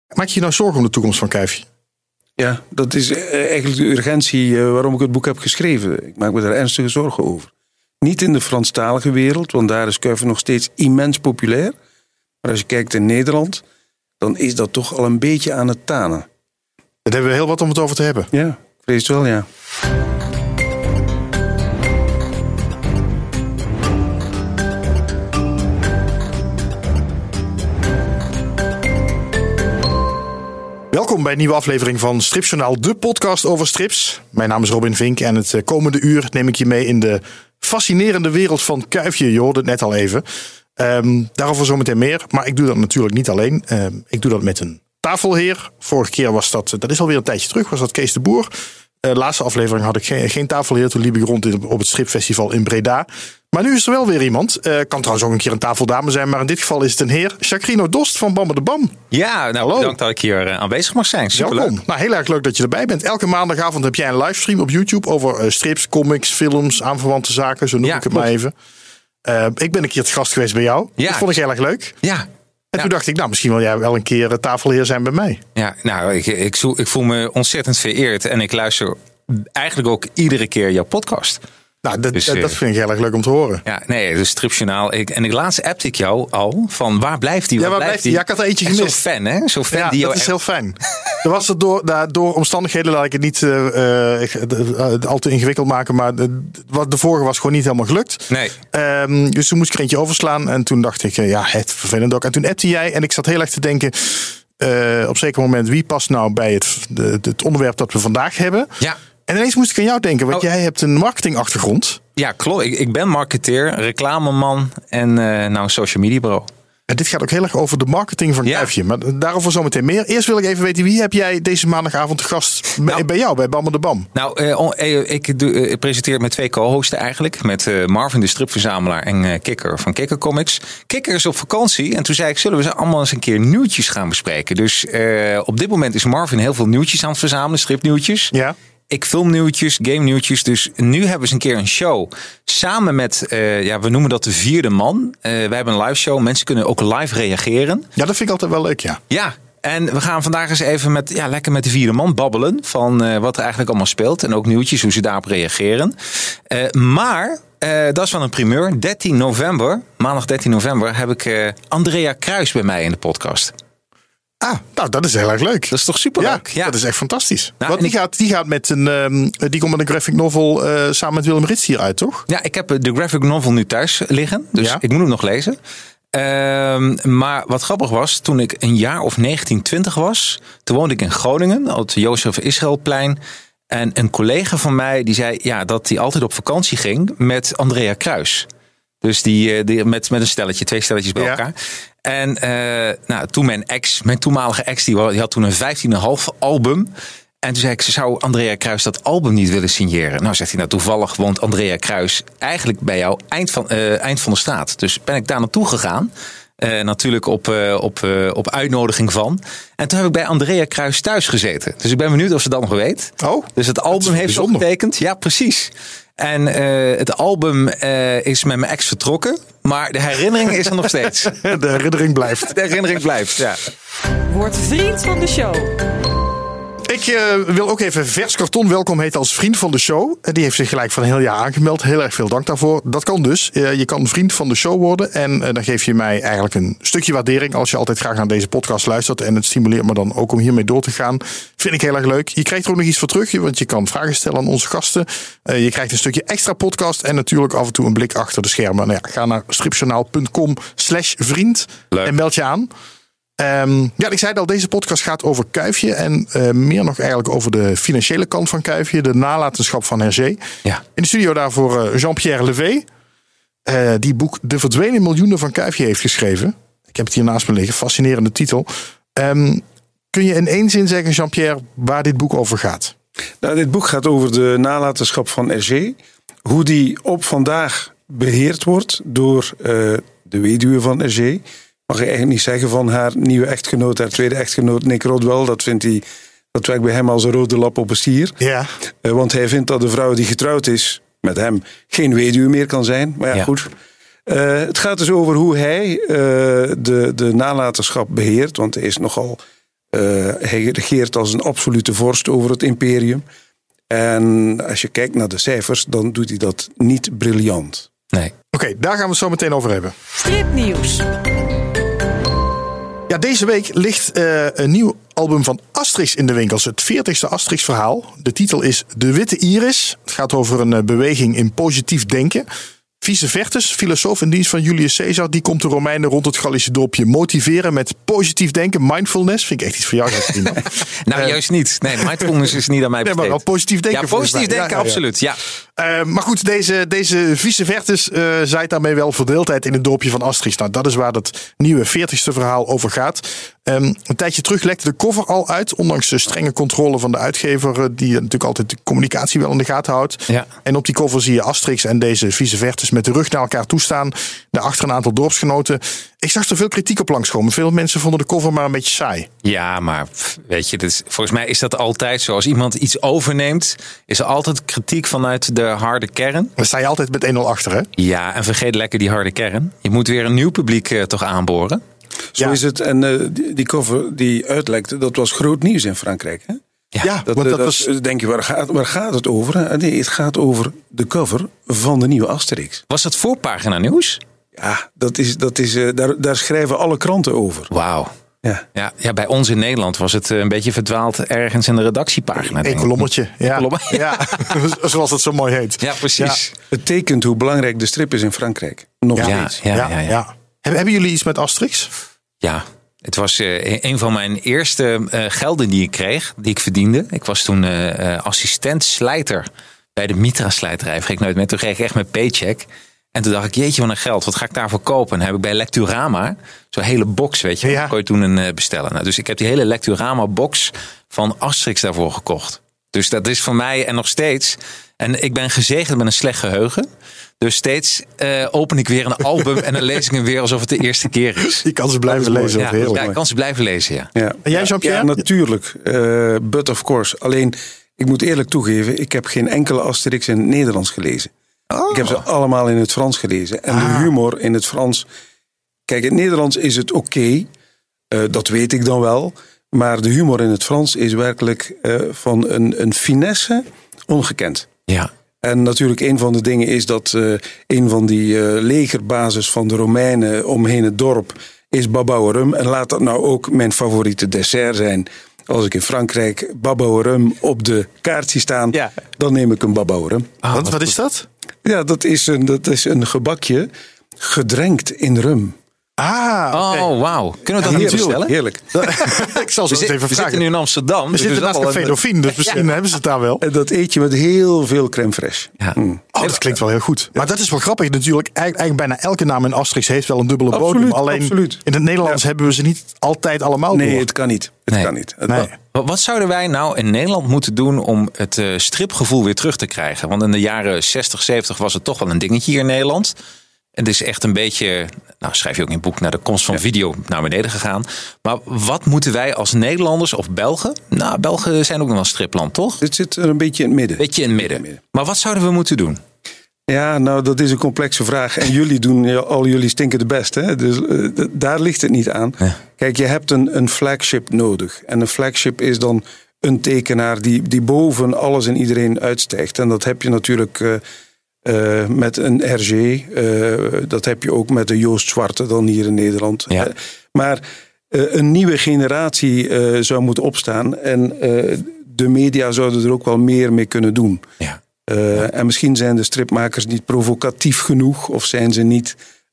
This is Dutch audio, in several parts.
Maak je je nou zorgen om de toekomst van Kuifje? Ja, dat is eigenlijk de urgentie waarom ik het boek heb geschreven. Ik maak me daar ernstige zorgen over. Niet in de Franstalige wereld, want daar is Kuifje nog steeds immens populair. Maar als je kijkt in Nederland, dan is dat toch al een beetje aan het tanen. Daar hebben we heel wat om het over te hebben. Ja, ik vrees het wel, ja. Welkom bij een nieuwe aflevering van Stripjournaal, de podcast over strips. Mijn naam is Robin Vink en het komende uur neem ik je mee in de fascinerende wereld van Kuifje. Je hoorde het net al even. Daarover zometeen meer, maar ik doe dat natuurlijk niet alleen. Ik doe dat met een tafelheer. Vorige keer was dat is alweer een tijdje terug, was dat Kees de Boer. De laatste aflevering had ik geen tafelheer. Toen liep ik rond op het stripfestival in Breda. Maar nu is er wel weer iemand. Kan trouwens ook een keer een tafeldame zijn. Maar in dit geval is het een heer. Chakrino Dost van Bam de Bam. Ja, nou bedankt dat ik hier aanwezig mag zijn. Superleuk. Welkom. Nou, heel erg leuk dat je erbij bent. Elke maandagavond heb jij een livestream op YouTube over strips, comics, films, aanverwante zaken. Zo noem ik het maar even. Ik ben een keer te gast geweest bij jou. Ja. Dat vond ik heel erg leuk. Ja. En toen dacht ik, nou, misschien wil jij wel een keer tafelheer zijn bij mij. Ja, nou, ik voel me ontzettend vereerd. En ik luister eigenlijk ook iedere keer jouw podcast. Nou, dat vind ik heel erg leuk om te horen. Ja, nee, dus Stripjournaal. En laatst appte ik jou al van waar blijft die? Ja, waar blijft die? Ja, ik had er eentje gemist. Zo'n fan, hè? Zo'n fan ja, die dat is heel fijn. Er was het door omstandigheden, laat ik het niet al te ingewikkeld maken, maar de vorige was gewoon niet helemaal gelukt. Nee. Dus toen moest ik er eentje overslaan en toen dacht ik, het vervelend ook. En toen appte jij en ik zat heel erg te denken, op een zeker moment, wie past nou bij het onderwerp dat we vandaag hebben? Ja. En ineens moest ik aan jou denken, want jij hebt een marketingachtergrond. Ja, klopt. Ik ben marketeer, reclameman en een social media bureau. En dit gaat ook heel erg over de marketing van Kuifje. Maar daarover zometeen meer. Eerst wil ik even weten, wie heb jij deze maandagavond te gast bij jou, bij Bam de Bam? Nou, ik presenteer met twee co-hosten eigenlijk. Met Marvin, de stripverzamelaar, en Kikker van Kikker Comics. Kikker is op vakantie en toen zei ik, zullen we allemaal eens een keer nieuwtjes gaan bespreken? Dus op dit moment is Marvin heel veel nieuwtjes aan het verzamelen, stripnieuwtjes. Ja. Ik film nieuwtjes, game nieuwtjes. Dus nu hebben we eens een keer een show. Samen met, we noemen dat de vierde man. Wij hebben een live show. Mensen kunnen ook live reageren. Ja, dat vind ik altijd wel leuk, ja. Ja, en we gaan vandaag eens even lekker met de vierde man babbelen. Van wat er eigenlijk allemaal speelt. En ook nieuwtjes, hoe ze daarop reageren. Maar dat is wel een primeur. 13 november, maandag 13 november, heb ik Andrea Kruis bij mij in de podcast. Nou, dat is heel erg leuk. Dat is toch superleuk? Ja, dat is echt fantastisch. Nou, want die gaat met die komt met een graphic novel samen met Willem Rits hier uit, toch? Ja, ik heb de graphic novel nu thuis liggen. Dus ik moet hem nog lezen. Maar wat grappig was, toen ik een jaar of 19, 20 was, toen woonde ik in Groningen, op het Jozef Israëlplein. En een collega van mij die zei dat hij altijd op vakantie ging met Andrea Kruis. Dus die met een stelletje, 2 stelletjes bij elkaar. En toen mijn toenmalige ex, die had toen een 15,5 album. En toen zei ik, zou Andrea Kruis dat album niet willen signeren? Nou, zegt hij, toevallig woont Andrea Kruis eigenlijk bij jou eind van de straat. Dus ben ik daar naartoe gegaan. Natuurlijk op uitnodiging van. En toen heb ik bij Andrea Kruis thuis gezeten. Dus ik ben benieuwd of ze dat nog weet. Oh, dus het album heeft ze opgetekend. Ja, precies. En het album is met mijn ex vertrokken. Maar de herinnering is er nog steeds. De herinnering blijft. De herinnering blijft, ja. Word vriend van de show. Ik wil ook even Vers Karton welkom heten als vriend van de show. Die heeft zich gelijk van een heel jaar aangemeld. Heel erg veel dank daarvoor. Dat kan dus. Je kan vriend van de show worden. En dan geef je mij eigenlijk een stukje waardering. Als je altijd graag naar deze podcast luistert. En het stimuleert me dan ook om hiermee door te gaan. Vind ik heel erg leuk. Je krijgt er ook nog iets voor terug. Want je kan vragen stellen aan onze gasten. Je krijgt een stukje extra podcast. En natuurlijk af en toe een blik achter de schermen. Nou ja, ga naar stripjournaal.com/vriend. En meld je aan. Ik zei het al, deze podcast gaat over Kuifje. En meer nog eigenlijk over de financiële kant van Kuifje. De nalatenschap van Hergé. Ja. In de studio daarvoor Jean-Pierre Levé. Die boek De Verdwenen Miljoenen van Kuifje heeft geschreven. Ik heb het hier naast me liggen. Fascinerende titel. Kun je in 1 zin zeggen, Jean-Pierre, waar dit boek over gaat? Nou, dit boek gaat over de nalatenschap van Hergé. Hoe die op vandaag beheerd wordt door de weduwe van Hergé. Mag ik eigenlijk niet zeggen van haar nieuwe echtgenoot, haar tweede echtgenoot Nick Rodwell. Dat werkt bij hem als een rode lap op een stier. Ja. Want hij vindt dat de vrouw die getrouwd is met hem geen weduwe meer kan zijn. Maar ja. Goed. Het gaat dus over hoe hij de nalatenschap beheert. Want hij is nogal Hij regeert als een absolute vorst over het imperium. En als je kijkt naar de cijfers, dan doet hij dat niet briljant. Nee. Oké, daar gaan we het zo meteen over hebben. Stripnieuws. Ja, deze week ligt een nieuw album van Asterix in de winkels. Het 40ste Asterix-verhaal. De titel is De Witte Iris. Het gaat over een beweging in positief denken. Vice Vertus, filosoof in dienst van Julius Caesar, die komt de Romeinen rond het Gallische dorpje motiveren met positief denken, mindfulness. Vind ik echt iets voor jou, Jacqueline. Nou, juist niet. Nee, mindfulness is niet aan mij besteed. Nee, maar wel positief denken. Ja, positief denken, absoluut. Ja. Maar goed, deze Vice Vertus zaait daarmee wel verdeeldheid in het dorpje van Asterix. Nou, dat is waar dat nieuwe 40ste verhaal over gaat. Een tijdje terug lekte de cover al uit, ondanks de strenge controle van de uitgever, die natuurlijk altijd de communicatie wel in de gaten houdt. Ja. En op die cover zie je Asterix en deze Vice Vertus met de rug naar elkaar toestaan, daarachter een aantal dorpsgenoten. Ik zag er veel kritiek op langskomen. Veel mensen vonden de cover maar een beetje saai. Ja, maar weet je, volgens mij is dat altijd zo. Als iemand iets overneemt, is er altijd kritiek vanuit de harde kern. Dan sta je altijd met 1-0 achter, hè? Ja, en vergeet lekker die harde kern. Je moet weer een nieuw publiek toch aanboren. Zo is het. En die cover die uitlekte, dat was groot nieuws in Frankrijk. Hè? Ja, dat was... Denk je, waar gaat het over? Nee, het gaat over de cover van de nieuwe Asterix. Was dat voorpagina nieuws? Ja, daar schrijven alle kranten over. Wauw. Ja, bij ons in Nederland was het een beetje verdwaald ergens in de redactiepagina. Een kolommertje. Ja. Zoals het zo mooi heet. Ja, precies. Ja. Het tekent hoe belangrijk de strip is in Frankrijk. Nog steeds. Ja. Hebben jullie iets met Asterix? Ja, het was een van mijn eerste gelden die ik kreeg, die ik verdiende. Ik was toen assistent slijter bij de Mitra slijterij. Vergeet ik nooit meer. Toen kreeg ik echt mijn paycheck. En toen dacht ik, jeetje, wat een geld. Wat ga ik daarvoor kopen? En dan heb ik bij Lecturama zo'n hele box, weet je. Ja. Kon je toen bestellen. Nou, dus ik heb die hele Lecturama box van Asterix daarvoor gekocht. Dus dat is voor mij en nog steeds. En ik ben gezegend met een slecht geheugen. Dus steeds open ik weer een album en dan lees ik hem weer alsof het de eerste keer is. Je kan ze blijven lezen. Ja, ik kan ze blijven lezen, ja. En jij, Jean-Pierre? Ja, natuurlijk. But of course. Alleen, ik moet eerlijk toegeven, ik heb geen enkele Asterix in het Nederlands gelezen. Oh. Ik heb ze allemaal in het Frans gelezen. En de humor in het Frans... Kijk, in het Nederlands is het oké. Dat weet ik dan wel. Maar de humor in het Frans is werkelijk van een finesse ongekend. Ja. En natuurlijk een van de dingen is dat een van die legerbases van de Romeinen omheen het dorp is babaurum. En laat dat nou ook mijn favoriete dessert zijn. Als ik in Frankrijk babaurum op de kaart zie staan, dan neem ik een babaurum. Wat is dat? Ja, dat is een gebakje gedrenkt in rum. Okay. Oh, wauw. Kunnen we dat niet bestellen? Heerlijk. Ik zal zo eens even vragen. We zitten nu in Amsterdam. We zitten naast Café Dauphine, dus misschien hebben ze het daar wel. En dat eet je met heel veel crème fraîche. Ja. Dat klinkt wel heel goed. Maar dat is wel grappig natuurlijk. Eigenlijk bijna elke naam in Asterix heeft wel een dubbele bodem. Alleen in het Nederlands hebben we ze niet altijd allemaal door. Nee, het kan niet. Kan niet. Wat zouden wij nou in Nederland moeten doen om het stripgevoel weer terug te krijgen? Want in de jaren 60, 70 was het toch wel een dingetje hier in Nederland. Het is echt een beetje, nou schrijf je ook in het boek, naar de komst van video naar beneden gegaan. Maar wat moeten wij als Nederlanders of Belgen? Nou, Belgen zijn ook nog wel een stripland, toch? Dit zit er een beetje in het midden. Beetje in het midden. Maar wat zouden we moeten doen? Ja, nou, dat is een complexe vraag. En jullie doen, al jullie stinken de best. Hè? Dus daar ligt het niet aan. Ja. Kijk, je hebt een flagship nodig. En een flagship is dan een tekenaar die boven alles en iedereen uitstijgt. En dat heb je natuurlijk... met een RG, dat heb je ook met de Joost Zwarte dan hier in Nederland. Ja. Maar een nieuwe generatie zou moeten opstaan en de media zouden er ook wel meer mee kunnen doen. Ja. En misschien zijn de stripmakers niet provocatief genoeg of zijn ze niet,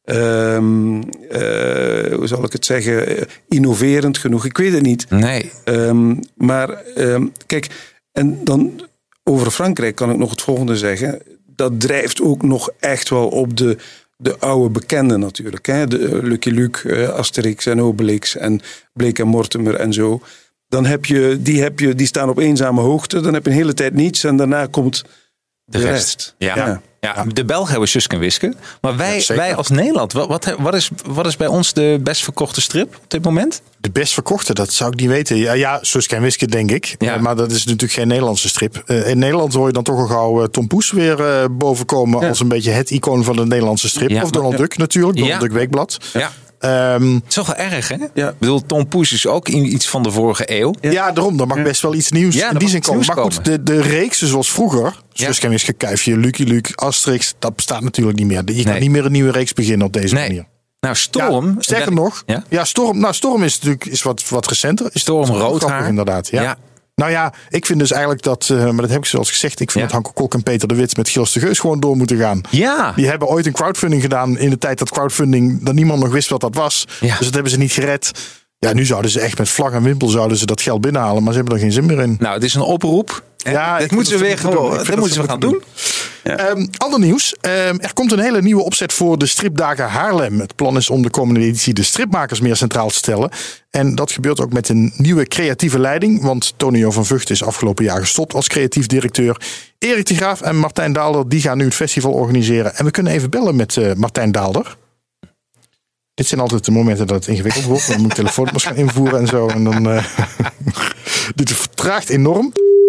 hoe zal ik het zeggen, innoverend genoeg. Ik weet het niet. Nee. Maar kijk, en dan over Frankrijk kan ik nog het volgende zeggen. Dat drijft ook nog echt wel op de oude bekenden natuurlijk. Hè? De Lucky Luke, Asterix en Obelix en Blake en Mortimer en zo. Dan heb je, die staan op eenzame hoogte. Dan heb je een hele tijd niets en daarna komt de rest. Ja, de Belgen hebben Suske en Wiske. Maar wij als Nederland, wat is bij ons de best verkochte strip op dit moment? De best verkochte, dat zou ik niet weten. Ja, Suske en Wiske denk ik. Ja. Maar dat is natuurlijk geen Nederlandse strip. In Nederland hoor je dan toch al gauw Tom Poes weer bovenkomen als een beetje het icoon van de Nederlandse strip. Ja, of Donald Duck natuurlijk, Donald Duck Weekblad. Ja. Het is toch wel erg, hè? Ja. Ik bedoel, Tom Poes is ook iets van de vorige eeuw. Ja, daarom. Er mag best wel iets nieuws in die zin komen. Maar goed, de reeksen zoals vroeger... Suske, Kuifje, Lucky Luke, Asterix... dat bestaat natuurlijk niet meer. Je kan niet meer een nieuwe reeks beginnen op deze manier. Nou, Storm... Ja, sterker nog... Ja, Storm is natuurlijk wat recenter. Storm Roodhaar. Inderdaad, ja. Nou ja, ik vind dus eigenlijk dat... maar dat heb ik zoals gezegd... Ik vind dat Hanko Kok en Peter de Wit met Gilles de Geus gewoon door moeten gaan. Ja. Die hebben ooit een crowdfunding gedaan... in de tijd dat crowdfunding... dat niemand nog wist wat dat was. Ja. Dus dat hebben ze niet gered. Ja, nu zouden ze echt met vlag en wimpel... zouden ze dat geld binnenhalen. Maar ze hebben er geen zin meer in. Nou, het is een oproep. Ja, dat moeten ze weer gewoon. Dat moeten we gaan doen. Ja. Ander nieuws. Er komt een hele nieuwe opzet voor de stripdagen Haarlem. Het plan is om de komende editie de stripmakers meer centraal te stellen. En dat gebeurt ook met een nieuwe creatieve leiding. Want Tonio van Vught is afgelopen jaar gestopt als creatief directeur. Erik de Graaf en Martijn Daalder die gaan nu het festival organiseren. En we kunnen even bellen met Martijn Daalder. Dit zijn altijd de momenten dat het ingewikkeld wordt. Dan moet ik telefoonnummers gaan invoeren en zo. En dan dit vertraagt enorm.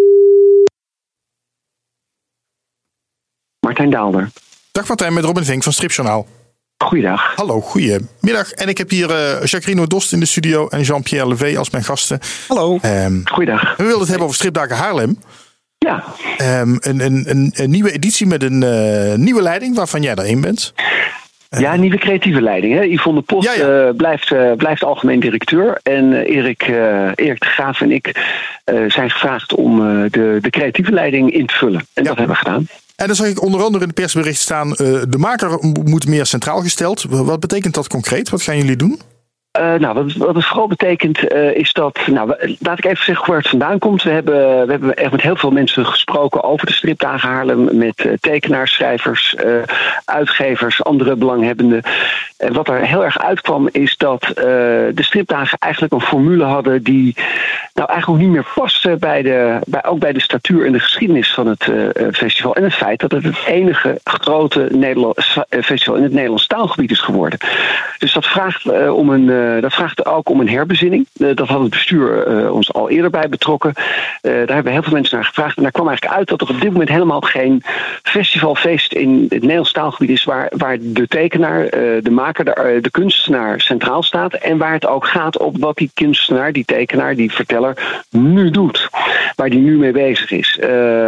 Martijn Daalder. Dag Martijn, met Robin Vink van Stripjournaal. Goeiedag. Hallo, goedemiddag. En ik heb hier Jacqueline Dost in de studio en Jean-Pierre Levé als mijn gasten. Hallo. Goeiedag. We wilden het hebben over Stripdagen Haarlem. Ja. Een nieuwe editie met een nieuwe leiding waarvan jij er één bent. Ja, een nieuwe creatieve leiding. Hè? Yvonne Post blijft algemeen directeur. En Erik de Graaf en ik zijn gevraagd om de creatieve leiding in te vullen. En dat hebben we gedaan. En dan zag ik onder andere in het persbericht staan... de maker moet meer centraal gesteld. Wat betekent dat concreet? Wat gaan jullie doen? Wat het vooral betekent is dat... laat ik even zeggen waar het vandaan komt. We hebben echt met heel veel mensen gesproken over de stripdagen Haarlem. Met tekenaars, schrijvers, uitgevers, andere belanghebbenden. En wat er heel erg uitkwam is dat de stripdagen eigenlijk een formule hadden... die eigenlijk nog niet meer paste ook bij de statuur en de geschiedenis van het festival. En het feit dat het enige grote festival in het Nederlands taalgebied is geworden. Dus dat vraagt ook om een herbezinning. Dat had het bestuur ons al eerder bij betrokken. Daar hebben heel veel mensen naar gevraagd. En daar kwam eigenlijk uit dat er op dit moment helemaal geen festivalfeest in het Nederlands taalgebied is... waar de tekenaar, de maker, de kunstenaar centraal staat. En waar het ook gaat op wat die kunstenaar, die tekenaar, die verteller nu doet. Waar die nu mee bezig is.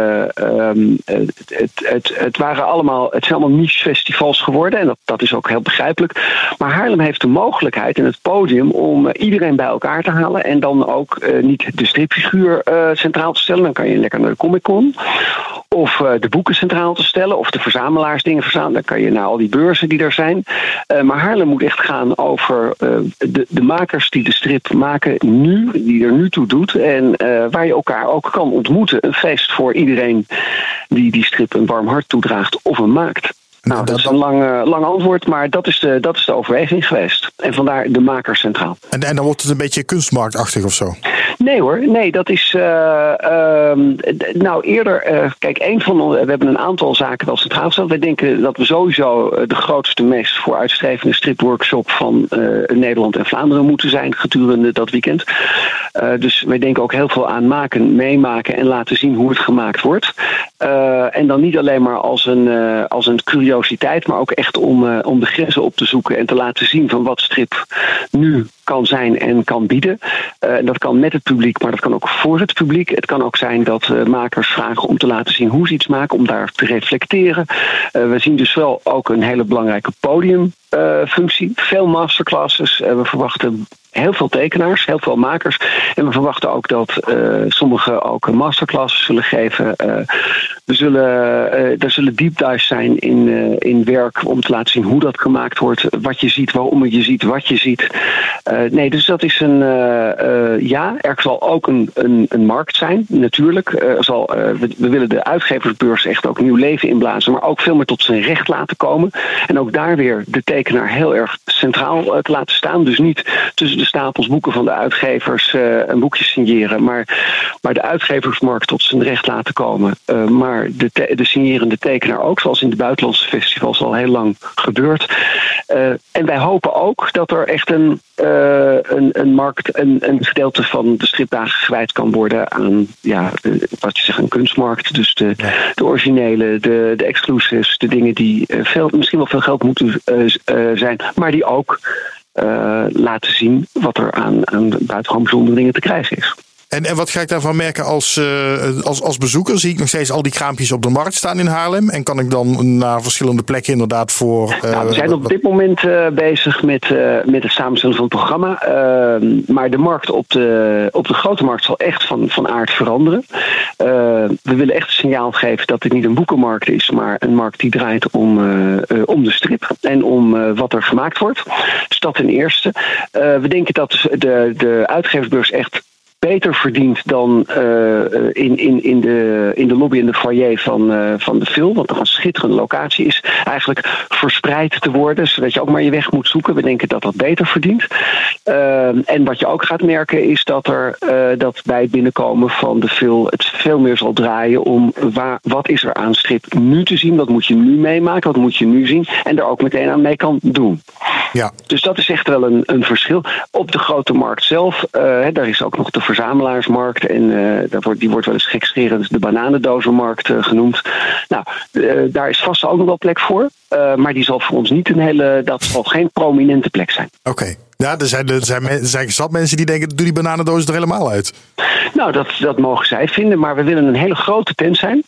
Het zijn allemaal niche festivals geworden. En dat is ook heel begrijpelijk. Maar Haarlem heeft de mogelijkheid en het podium om iedereen bij elkaar te halen. En dan ook niet de stripfiguur centraal te stellen. Dan kan je lekker naar de Comic-Con. Of de boeken centraal te stellen. Of de verzamelaars dingen verzamelen. Dan kan je naar al die beurzen die er zijn. Maar Haarlem moet echt gaan over de makers die de strip maken nu. Die er nu toe doet. En waar je elkaar ook kan ontmoeten. Een feest voor iedereen die strip een warm hart toedraagt of hem maakt. Nou, dat is een lang antwoord, maar dat is de overweging geweest. En vandaar de maker centraal. En dan wordt het een beetje kunstmarktachtig of zo? Nee hoor, nee, dat is... eerder... kijk, we hebben een aantal zaken wel centraal gesteld. Wij denken dat we sowieso de grootste, meest vooruitstrevende stripworkshop van Nederland en Vlaanderen moeten zijn gedurende dat weekend. Dus wij denken ook heel veel aan meemaken en laten zien hoe het gemaakt wordt. En dan niet alleen maar als een curiositeit, maar ook echt om de grenzen op te zoeken en te laten zien van wat strip nu kan zijn en kan bieden. Dat kan met het publiek, maar dat kan ook voor het publiek. Het kan ook zijn dat makers vragen om te laten zien hoe ze iets maken, om daar te reflecteren. We zien dus wel ook een hele belangrijke podiumfunctie. Veel masterclasses. We verwachten heel veel tekenaars, heel veel makers. En we verwachten ook dat sommigen ook masterclasses zullen geven. Er zullen deep dives zijn in werk om te laten zien hoe dat gemaakt wordt. Wat je ziet, waarom je ziet, wat je ziet. Dus dat is er zal ook een markt zijn, natuurlijk. We willen de uitgeversbeurs echt ook nieuw leven inblazen, maar ook veel meer tot zijn recht laten komen. En ook daar weer de tekenaar heel erg centraal te laten staan. Dus niet tussen de stapels boeken van de uitgevers een boekje signeren, maar de uitgeversmarkt tot zijn recht laten komen. Maar de signerende tekenaar ook, zoals in de buitenlandse festivals al heel lang gebeurt. En wij hopen ook dat er echt een markt, een gedeelte van de stripdagen gewijd kan worden aan een kunstmarkt. Dus de originele, de exclusives, de dingen die misschien wel veel geld moeten zijn, maar die ook laten zien wat er aan buitengewoon bijzondere dingen te krijgen is. En wat ga ik daarvan merken als bezoeker? Zie ik nog steeds al die kraampjes op de markt staan in Haarlem? En kan ik dan naar verschillende plekken inderdaad voor... we zijn op dit moment bezig met het samenstellen van het programma. Maar de markt op de grote markt zal echt van aard veranderen. We willen echt een signaal geven dat dit niet een boekenmarkt is, maar een markt die draait om de strip en om wat er gemaakt wordt. Dus dat ten eerste. We denken dat de uitgeversbeurs echt beter verdient dan in de lobby en de foyer van de film. Want er een schitterende locatie is eigenlijk verspreid te worden, zodat je ook maar je weg moet zoeken. We denken dat dat beter verdient. En wat je ook gaat merken is dat bij het binnenkomen van de film het veel meer zal draaien om wat is er aan strip nu te zien, wat moet je nu meemaken, wat moet je nu zien en daar ook meteen aan mee kan doen. Ja. Dus dat is echt wel een verschil. Op de grote markt zelf, daar is ook nog de verzamelaarsmarkt en die wordt wel eens gekscherend de bananendozenmarkt genoemd. Nou, daar is vast ook nog wel plek voor, maar die zal voor ons niet dat zal geen prominente plek zijn. Oké. Ja, er zijn zat mensen die denken, doe die bananendoos er helemaal uit. Nou, dat mogen zij vinden, maar we willen een hele grote tent zijn.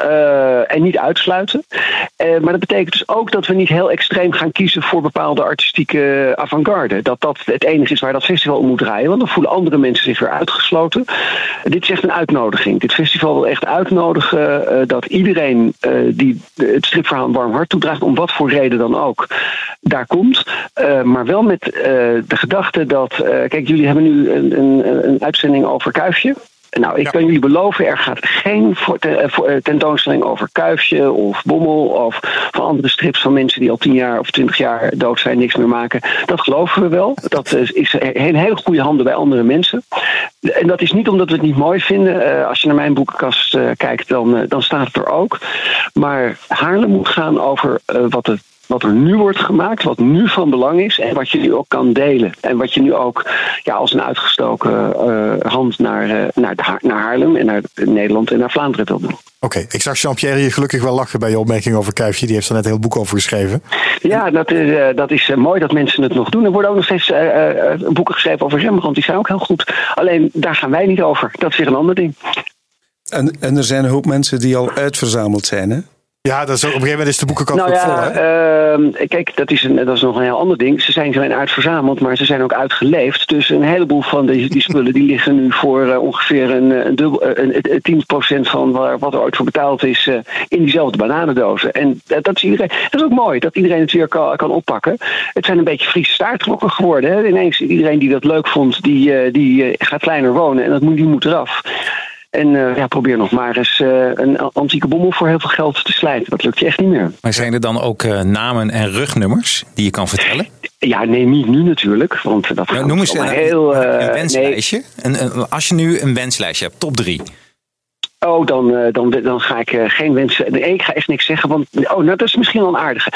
En niet uitsluiten. Maar dat betekent dus ook dat we niet heel extreem gaan kiezen voor bepaalde artistieke avant-garde. Dat het enige is waar dat festival om moet draaien. Want dan voelen andere mensen zich weer uitgesloten. Dit is echt een uitnodiging. Dit festival wil echt uitnodigen dat iedereen die het stripverhaal een warm hart toedraagt, om wat voor reden dan ook, daar komt. Maar wel met de gedachte dat... kijk, jullie hebben nu een uitzending over Kuifje. Nou, ik kan jullie beloven, er gaat geen tentoonstelling over Kuifje of Bommel of van andere strips van mensen die al 10 jaar of 20 jaar dood zijn, niks meer maken. Dat geloven we wel. Dat is in hele goede handen bij andere mensen. En dat is niet omdat we het niet mooi vinden. Als je naar mijn boekenkast kijkt, dan staat het er ook. Maar Haarlem moet gaan over wat er nu wordt gemaakt, wat nu van belang is en wat je nu ook kan delen. En wat je nu ook als een uitgestoken hand naar Haarlem en naar Nederland en naar Vlaanderen wil doen. Oké, ik zag Jean-Pierre hier gelukkig wel lachen bij je opmerking over Kuifje. Die heeft er net een heel boek over geschreven. Ja, dat is mooi dat mensen het nog doen. Er worden ook nog steeds boeken geschreven over Rembrandt. Die zijn ook heel goed. Alleen daar gaan wij niet over. Dat is weer een ander ding. En er zijn een hoop mensen die al uitverzameld zijn, hè? Ja, dat is op een gegeven moment is de boekenkast ook vol, hè? Kijk, dat is nog een heel ander ding. Ze zijn uitverzameld, maar ze zijn ook uitgeleefd. Dus een heleboel van die spullen die liggen nu voor ongeveer een 10% van wat er ooit voor betaald is in diezelfde bananendozen. En dat is iedereen. Dat is ook mooi, dat iedereen het weer kan oppakken. Het zijn een beetje Friese staartklokken geworden. Hè? Ineens iedereen die dat leuk vond, die gaat kleiner wonen en die moet eraf. En probeer nog maar eens een antieke bommel voor heel veel geld te slijten. Dat lukt je echt niet meer. Maar zijn er dan ook namen en rugnummers die je kan vertellen? Ja, nee, niet nu natuurlijk. Want dat noem eens een wenslijstje. Nee. Als je nu een wenslijstje hebt, top 3. Oh, dan ga ik geen wensen. Nee, ik ga echt niks zeggen. Want dat is misschien wel een aardige.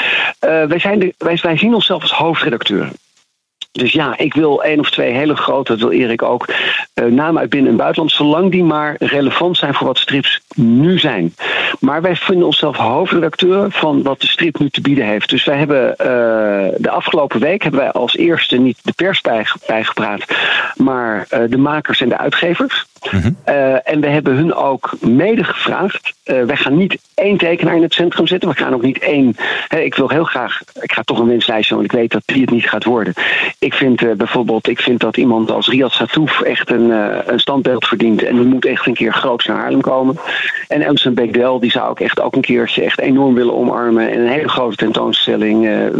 Wij zien onszelf als hoofdredacteur. Dus ja, ik wil 1 of 2 hele grote, dat wil Erik ook, namen uit binnen- en buitenland, zolang die maar relevant zijn voor wat strips nu zijn. Maar wij vinden onszelf hoofdredacteur van wat de strip nu te bieden heeft. Dus wij hebben de afgelopen week hebben wij als eerste niet de pers bijgepraat, maar de makers en de uitgevers. Mm-hmm. En we hebben hun ook mede gevraagd. Wij gaan niet 1 tekenaar in het centrum zetten. We gaan ook niet 1. Ik ga toch een wenslijstje, want ik weet dat die het niet gaat worden. Ik vind dat iemand als Riyad Sattouf echt een standbeeld verdient. En die moet echt een keer groots naar Haarlem komen. En Elson Begdel, die zou ik echt ook een keertje echt enorm willen omarmen. En een hele grote tentoonstelling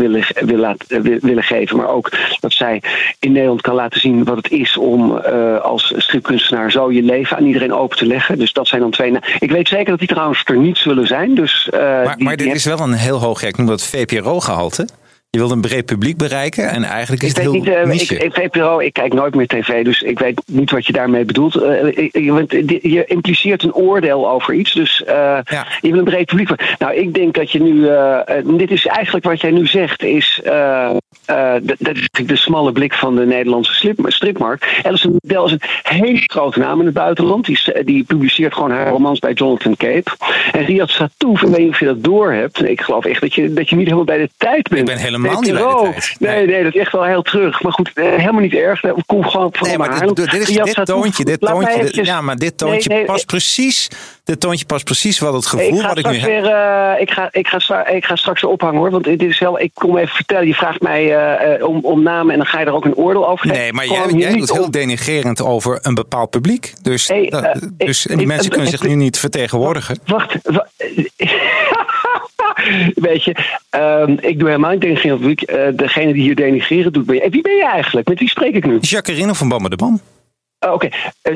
willen geven. Maar ook dat zij in Nederland kan laten zien wat het is om als stripkunstenaar zo je leven aan iedereen open te leggen. Dus dat zijn dan 2. Ik weet zeker dat die trouwens er niet zullen zijn. Dus, maar dit is wel een heel hoog, ik noem dat VPRO-gehalte. Je wilt een breed publiek bereiken en eigenlijk is het heel niche. VPRO, ik kijk nooit meer tv, dus ik weet niet wat je daarmee bedoelt. Je impliceert een oordeel over iets, dus je wil een breed publiek. Nou, ik denk dat je nu... dit is eigenlijk wat jij nu zegt, is de smalle blik van de Nederlandse stripmarkt. Elson Begdel is een hele grote naam in het buitenland. Die publiceert gewoon haar romans bij Jonathan Cape. En Riyad Sattouf, ik weet niet of je dat door hebt. Ik geloof echt dat je niet helemaal bij de tijd bent. Ik ben helemaal helemaal niet bij de tijd. Nee, dat is echt wel heel terug. Maar goed, helemaal niet erg. Kom gewoon van maar dit toontje past precies. Dit toontje past precies wat het gevoel wat ik nu heb. Ik ga straks weer ophangen hoor. Want dit is ik kom even vertellen. Je vraagt mij om namen en dan ga je er ook een oordeel over geven. Nee, maar jij doet heel denigrerend over een bepaald publiek. Dus die mensen kunnen zich nu niet vertegenwoordigen. Wacht. Weet je, ik doe helemaal niet denigrerend publiek. Degene die hier denigreren doet ben je. En wie ben je eigenlijk? Met wie spreek ik nu? Jacqueline van Bammen de Bam. Oké.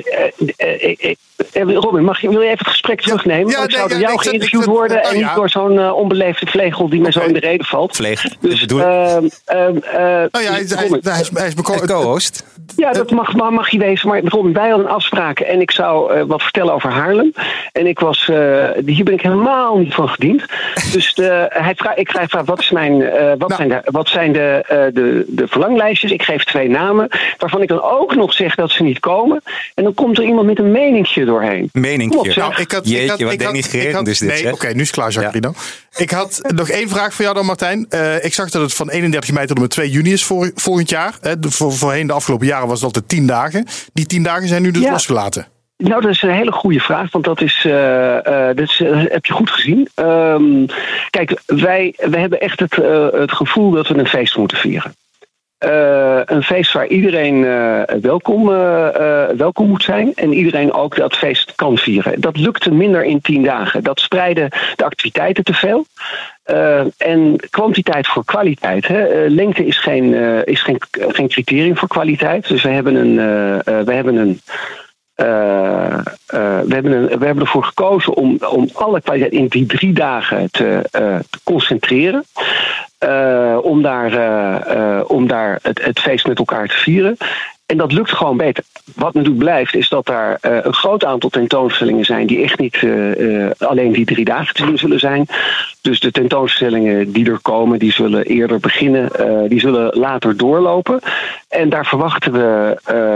Robin, wil je even het gesprek terugnemen? Want ik zou door jou geïnterviewd worden en niet door zo'n onbeleefde vlegel die me zo in de reden valt. Vlegel? Dus, hij is co-host. Ja, dat mag je wezen. Maar Robin, wij hadden een afspraak en ik zou wat vertellen over Haarlem. En ik was, hier ben ik helemaal niet van gediend. Dus ik vraag wat zijn de verlanglijstjes? Ik geef 2 namen, waarvan ik dan ook nog zeg dat ze niet komen. En dan komt er iemand met een meninkje doorheen. Meninkje? Wat denigrerend is dit. Nee, oké, nu is het klaar, Jacqueline. Ja. Ik had nog 1 vraag voor jou dan, Martijn. Ik zag dat het van 31 mei tot en met 2 juni is volgend jaar. Voorheen de afgelopen jaren was het altijd 10 dagen. Die 10 dagen zijn nu dus losgelaten. Nou, dat is een hele goede vraag, want dat heb je goed gezien. Kijk, wij hebben echt het gevoel dat we een feest moeten vieren. Een feest waar iedereen welkom moet zijn en iedereen ook dat feest kan vieren. Dat lukte minder in 10 dagen. Dat spreidde de activiteiten te veel. En kwantiteit voor kwaliteit. Hè. Lengte is geen criterium voor kwaliteit. Dus we hebben ervoor gekozen om alle kwaliteit in die 3 dagen te concentreren. Om daar het feest met elkaar te vieren. En dat lukt gewoon beter. Wat natuurlijk blijft is dat daar een groot aantal tentoonstellingen zijn die echt niet alleen die 3 dagen te zien zullen zijn. Dus de tentoonstellingen die er komen, die zullen eerder beginnen. Die zullen later doorlopen. En daar verwachten we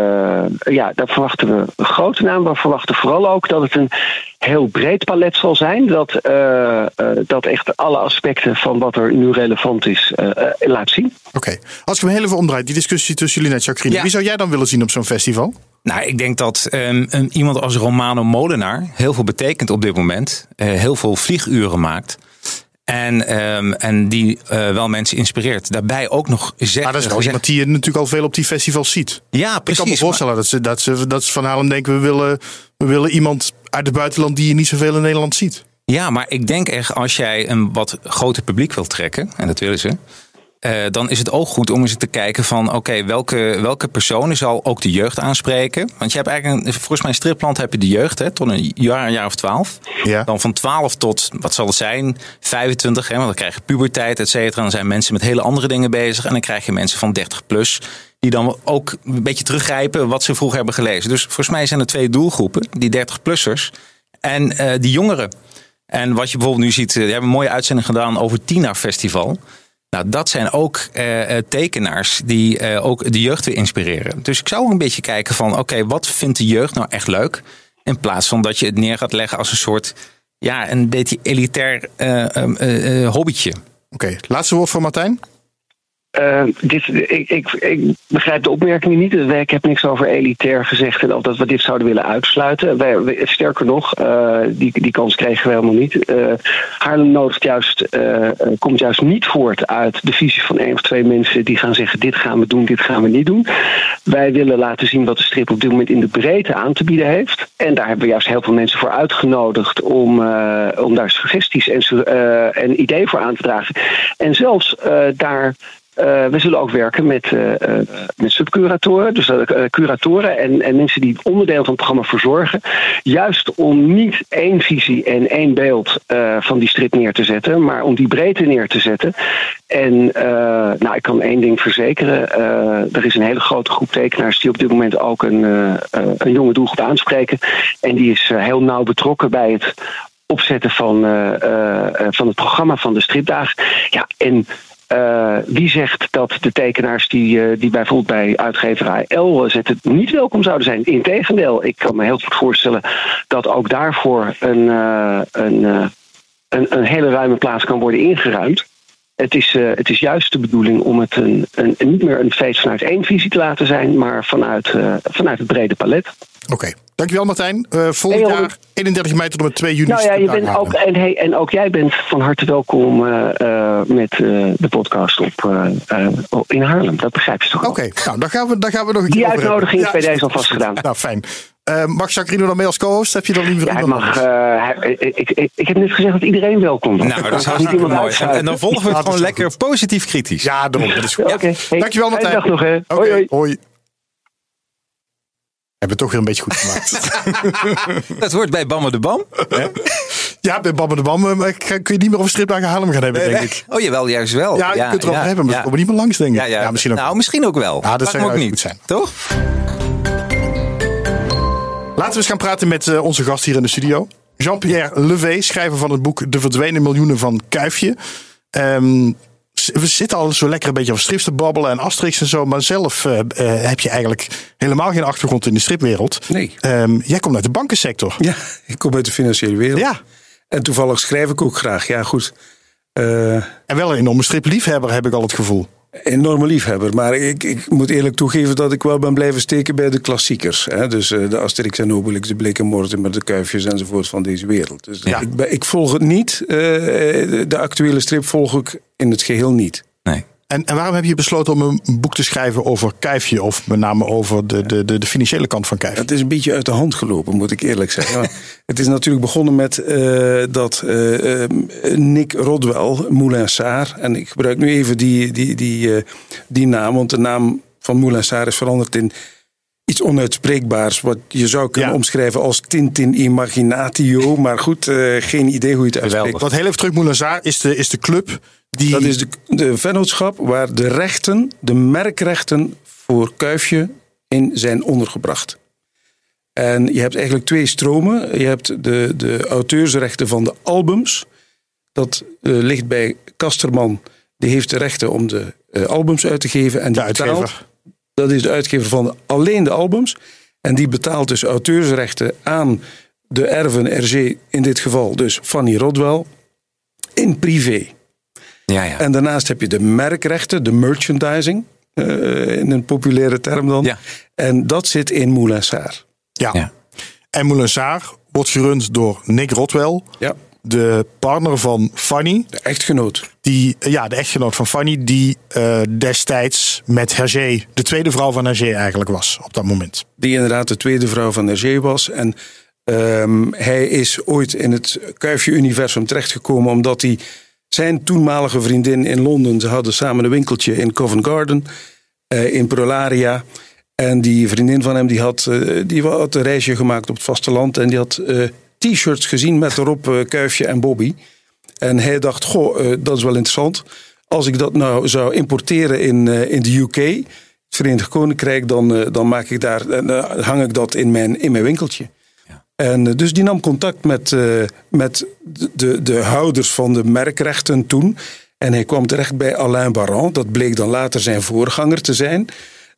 een grote naam. We verwachten vooral ook dat het een heel breed palet zal zijn. Dat echt alle aspecten van wat er nu relevant is laat zien. Oké. Als ik hem heel even omdraai, die discussie tussen jullie en Jacqueline. Ja. Wie zou jij dan willen zien op zo'n festival? Nou, ik denk dat iemand als Romano Molenaar heel veel betekent op dit moment. Heel veel vlieguren maakt. En die wel mensen inspireert. Daarbij ook nog zegt... Maar dat is wel iemand die je natuurlijk al veel op die festivals ziet. Ja, precies. Ik kan me voorstellen dat ze van Haarlem denken... we willen iemand uit het buitenland die je niet zoveel in Nederland ziet. Ja, maar ik denk echt als jij een wat groter publiek wilt trekken... en dat willen ze... dan is het ook goed om eens te kijken van... oké, welke personen zal ook de jeugd aanspreken? Want je hebt eigenlijk volgens mij in Stripland heb je de jeugd... tot een jaar of 12. Ja. Dan van 12 tot, wat zal het zijn, 25. Want dan krijg je puberteit, et cetera. Dan zijn mensen met hele andere dingen bezig. En dan krijg je mensen van 30 plus... die dan ook een beetje teruggrijpen wat ze vroeger hebben gelezen. Dus volgens mij zijn er 2 doelgroepen. Die 30-plussers en die jongeren. En wat je bijvoorbeeld nu ziet... die hebben een mooie uitzending gedaan over Tina Festival... Nou, dat zijn ook tekenaars die ook de jeugd weer inspireren. Dus ik zou ook een beetje kijken van... oké, wat vindt de jeugd nou echt leuk? In plaats van dat je het neer gaat leggen als een soort... ja, een beetje elitair hobbytje. Oké, laatste woord voor Martijn. Ik begrijp de opmerking niet. Ik heb niks over elitair gezegd en of dat we dit zouden willen uitsluiten. Sterker nog, die kans kregen we helemaal niet. Haarlem komt juist niet voort uit de visie van 1 of 2 mensen die gaan zeggen: dit gaan we doen, dit gaan we niet doen. Wij willen laten zien wat de strip op dit moment in de breedte aan te bieden heeft. En daar hebben we juist heel veel mensen voor uitgenodigd om daar suggesties en ideeën voor aan te dragen. En zelfs daar. We zullen ook werken met subcuratoren, dus curatoren en mensen die onderdeel van het programma verzorgen. Juist om niet 1 visie en 1 beeld van die strip neer te zetten, maar om die breedte neer te zetten. En ik kan 1 ding verzekeren. Er is een hele grote groep tekenaars die op dit moment ook een jonge doelgroep aanspreken. En die is heel nauw betrokken bij het opzetten van het programma van de stripdagen. Ja, en wie zegt dat de tekenaars die bijvoorbeeld bij uitgeverij L zetten niet welkom zouden zijn? Integendeel, ik kan me heel goed voorstellen dat ook daarvoor een hele ruime plaats kan worden ingeruimd. Het is juist de bedoeling om het niet meer een feest vanuit één visie te laten zijn, maar vanuit het brede palet. Oké. Dankjewel Martijn. Volgend jaar 31 mei tot en met 2 juni. Nou ja, je bent ook, en ook jij bent van harte welkom met de podcast in Haarlem. Dat begrijp je toch wel? Oké, nou dan gaan we nog een keer. Die uitnodiging is bij deze alvast gedaan. Nou, fijn. Mag Jacqueline dan mee als co-host? Heb je dan liever iemand? Ik heb net gezegd dat iedereen welkom was. Nou, dat is hartstikke mooi. En dan volgen we het gewoon lekker positief kritisch. Ja, daarom. Dat is goed. Oké. Dankjewel Martijn. Dag nog, hè. Okay, hoi. Hebben we toch weer een beetje goed gemaakt. Dat hoort bij Bammen de Bam. Ja, bij Bammen de Bam kun je niet meer over stripdagen Haarlem gaan hebben, denk ik. Oh jawel, juist wel. Ja, je kunt het erover hebben, maar we komen niet meer langs, denk ik. Ja, misschien ook. Nou, misschien ook wel. Ja, dat zou ook niet goed zijn. Toch? Laten we eens gaan praten met onze gast hier in de studio. Jean-Pierre Levé, schrijver van het boek De Verdwenen Miljoenen van Kuifje. We zitten al zo lekker een beetje over strips te babbelen en Asterix en zo. Maar zelf heb je eigenlijk helemaal geen achtergrond in de stripwereld. Nee. Jij komt uit de bankensector. Ja, ik kom uit de financiële wereld. Ja. En toevallig schrijf ik ook graag. Ja, goed. En wel een enorme stripliefhebber, heb ik al het gevoel. Enorme liefhebber. Maar ik moet eerlijk toegeven dat ik wel ben blijven steken bij de klassiekers. Hè? Dus de Asterix en Obelix, de Bleek en Mortimer, de Kuifjes enzovoort van deze wereld. Dus ja. ik volg het niet. De actuele strip volg ik in het geheel niet. Nee. En waarom heb je besloten om een boek te schrijven over Kuifje? Of met name over de financiële kant van Kuifje? Het is een beetje uit de hand gelopen, moet ik eerlijk zeggen. Het is natuurlijk begonnen met dat Nick Rodwell, Moulin Sarr... en ik gebruik nu even die naam, want de naam van Moulin Sarr is veranderd in iets onuitspreekbaars... wat je zou kunnen omschrijven als Tintin Imaginatio. Maar goed, geen idee hoe je het uitspreekt. Wat heel even terug, Moulin Sarr is de club... Dat is de vennootschap waar de merkrechten voor Kuifje in zijn ondergebracht. En je hebt eigenlijk twee stromen. Je hebt de auteursrechten van de albums. Dat ligt bij Kasterman. Die heeft de rechten om de albums uit te geven. En die de uitgever. Dat is de uitgever van alleen de albums. En die betaalt dus auteursrechten aan de erven RG. In dit geval dus Fanny Rodwell. In privé. Ja. En daarnaast heb je de merkrechten, de merchandising, in een populaire term dan. Ja. En dat zit in Moulin Sarr. Ja. En Moulin Sarr wordt gerund door Nick Rodwell, de partner van Fanny. De echtgenoot. De echtgenoot van Fanny, die destijds met Hergé, de tweede vrouw van Hergé eigenlijk was op dat moment. Die inderdaad de tweede vrouw van Hergé was. En hij is ooit in het Kuifje-universum terechtgekomen omdat hij... Zijn toenmalige vriendin in Londen, ze hadden samen een winkeltje in Covent Garden, in Prolaria. En die vriendin van hem die had een reisje gemaakt op het vasteland. En die had t-shirts gezien met erop Kuifje en Bobby. En hij dacht, dat is wel interessant. Als ik dat nou zou importeren in de UK, het Verenigd Koninkrijk, dan maak ik hang ik dat in mijn winkeltje. En dus die nam contact met de houders van de merkrechten toen. En hij kwam terecht bij Alain Baran. Dat bleek dan later zijn voorganger te zijn.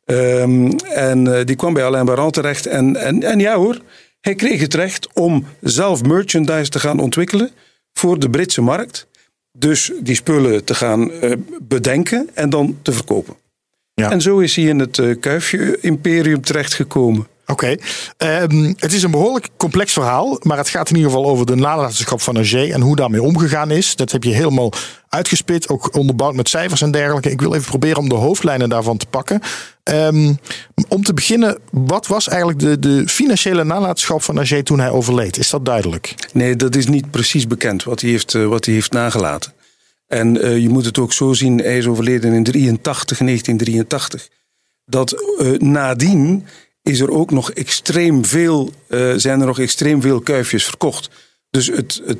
Die kwam bij Alain Baran terecht. En ja hoor, hij kreeg het recht om zelf merchandise te gaan ontwikkelen voor de Britse markt. Dus die spullen te gaan bedenken en dan te verkopen. Ja. En zo is hij in het Kuifje-imperium terechtgekomen. Oké. Het is een behoorlijk complex verhaal, maar het gaat in ieder geval over de nalatenschap van Hergé en hoe daarmee omgegaan is. Dat heb je helemaal uitgespit, ook onderbouwd met cijfers en dergelijke. Ik wil even proberen om de hoofdlijnen daarvan te pakken. Om te beginnen, wat was eigenlijk de financiële nalatenschap van Hergé toen hij overleed? Is dat duidelijk? Nee, dat is niet precies bekend wat hij heeft nagelaten. En je moet het ook zo zien, hij is overleden in 1983. Dat nadien zijn er nog extreem veel kuifjes verkocht. Dus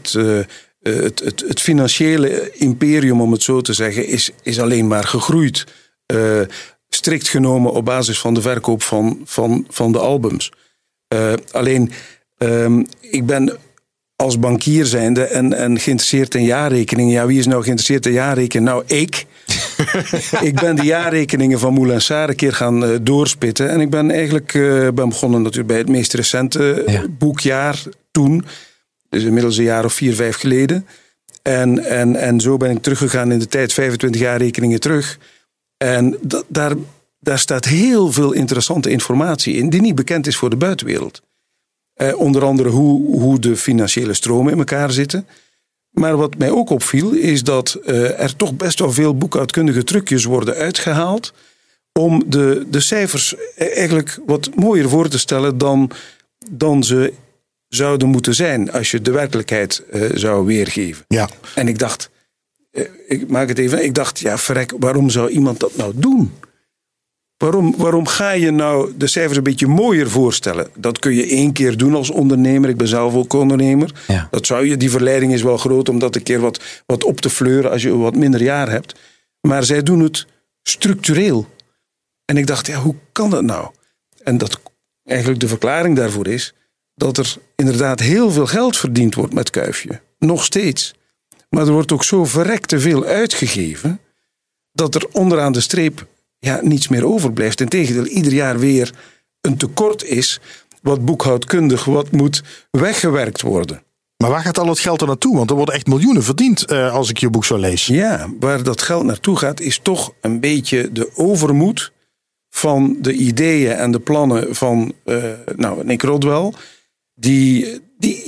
het financiële imperium, om het zo te zeggen, is alleen maar gegroeid. Strikt genomen op basis van de verkoop van de albums. Alleen, ik ben als bankier zijnde en geïnteresseerd in jaarrekeningen. Ja, wie is nou geïnteresseerd in jaarrekeningen? Nou, ik. Ik ben de jaarrekeningen van Moulin Sarr een keer gaan doorspitten. En ik ben eigenlijk begonnen natuurlijk bij het meest recente boekjaar toen. Dus inmiddels een jaar of 4-5 geleden. En zo ben ik teruggegaan in de tijd, 25 jaar rekeningen terug. En daar staat heel veel interessante informatie in die niet bekend is voor de buitenwereld. Onder andere hoe de financiële stromen in elkaar zitten. Maar wat mij ook opviel is dat er toch best wel veel boekhoudkundige trucjes worden uitgehaald om de cijfers eigenlijk wat mooier voor te stellen dan ze zouden moeten zijn als je de werkelijkheid zou weergeven. Ja. En ik dacht, ik dacht, ja verrek, waarom zou iemand dat nou doen? Waarom ga je nou de cijfers een beetje mooier voorstellen? Dat kun je 1 keer doen als ondernemer. Ik ben zelf ook ondernemer. Ja. Die verleiding is wel groot om dat een keer wat op te fleuren als je wat minder jaar hebt. Maar zij doen het structureel. En ik dacht, ja, hoe kan dat nou? En dat eigenlijk de verklaring daarvoor is dat er inderdaad heel veel geld verdiend wordt met Kuifje. Nog steeds. Maar er wordt ook zo verrekte veel uitgegeven dat er onderaan de streep niets meer overblijft. Integendeel, ieder jaar weer een tekort is wat boekhoudkundig wat moet weggewerkt worden. Maar waar gaat al het geld er naartoe? Want er worden echt miljoenen verdiend als ik je boek zo lees. Ja, waar dat geld naartoe gaat is toch een beetje de overmoed van de ideeën en de plannen van Nick Rodwell. Die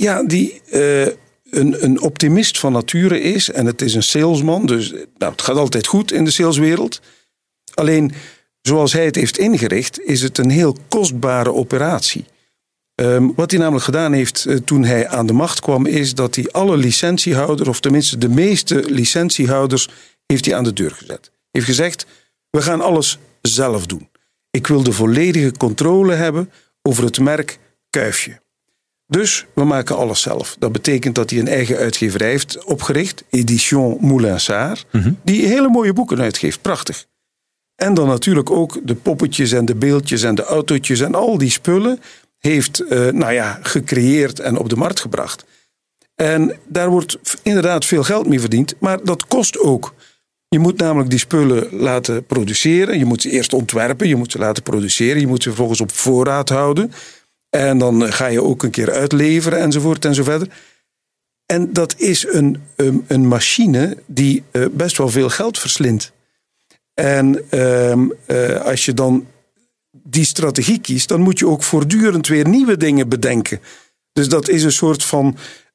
een optimist van nature is. En het is een salesman. Dus het gaat altijd goed in de saleswereld. Alleen, zoals hij het heeft ingericht, is het een heel kostbare operatie. Wat hij namelijk gedaan heeft toen hij aan de macht kwam, is dat hij alle licentiehouders, of tenminste de meeste licentiehouders, heeft hij aan de deur gezet. Heeft gezegd, we gaan alles zelf doen. Ik wil de volledige controle hebben over het merk Kuifje. Dus we maken alles zelf. Dat betekent dat hij een eigen uitgeverij heeft opgericht, Edition Moulin Sarr, die hele mooie boeken uitgeeft. Prachtig. En dan natuurlijk ook de poppetjes en de beeldjes en de autootjes en al die spullen heeft gecreëerd en op de markt gebracht. En daar wordt inderdaad veel geld mee verdiend, maar dat kost ook. Je moet namelijk die spullen laten produceren. Je moet ze eerst ontwerpen, je moet ze laten produceren. Je moet ze vervolgens op voorraad houden. En dan ga je ook een keer uitleveren enzovoort en zo verder. En dat is een machine die best wel veel geld verslindt. En als je dan die strategie kiest, dan moet je ook voortdurend weer nieuwe dingen bedenken. Dus dat is een soort van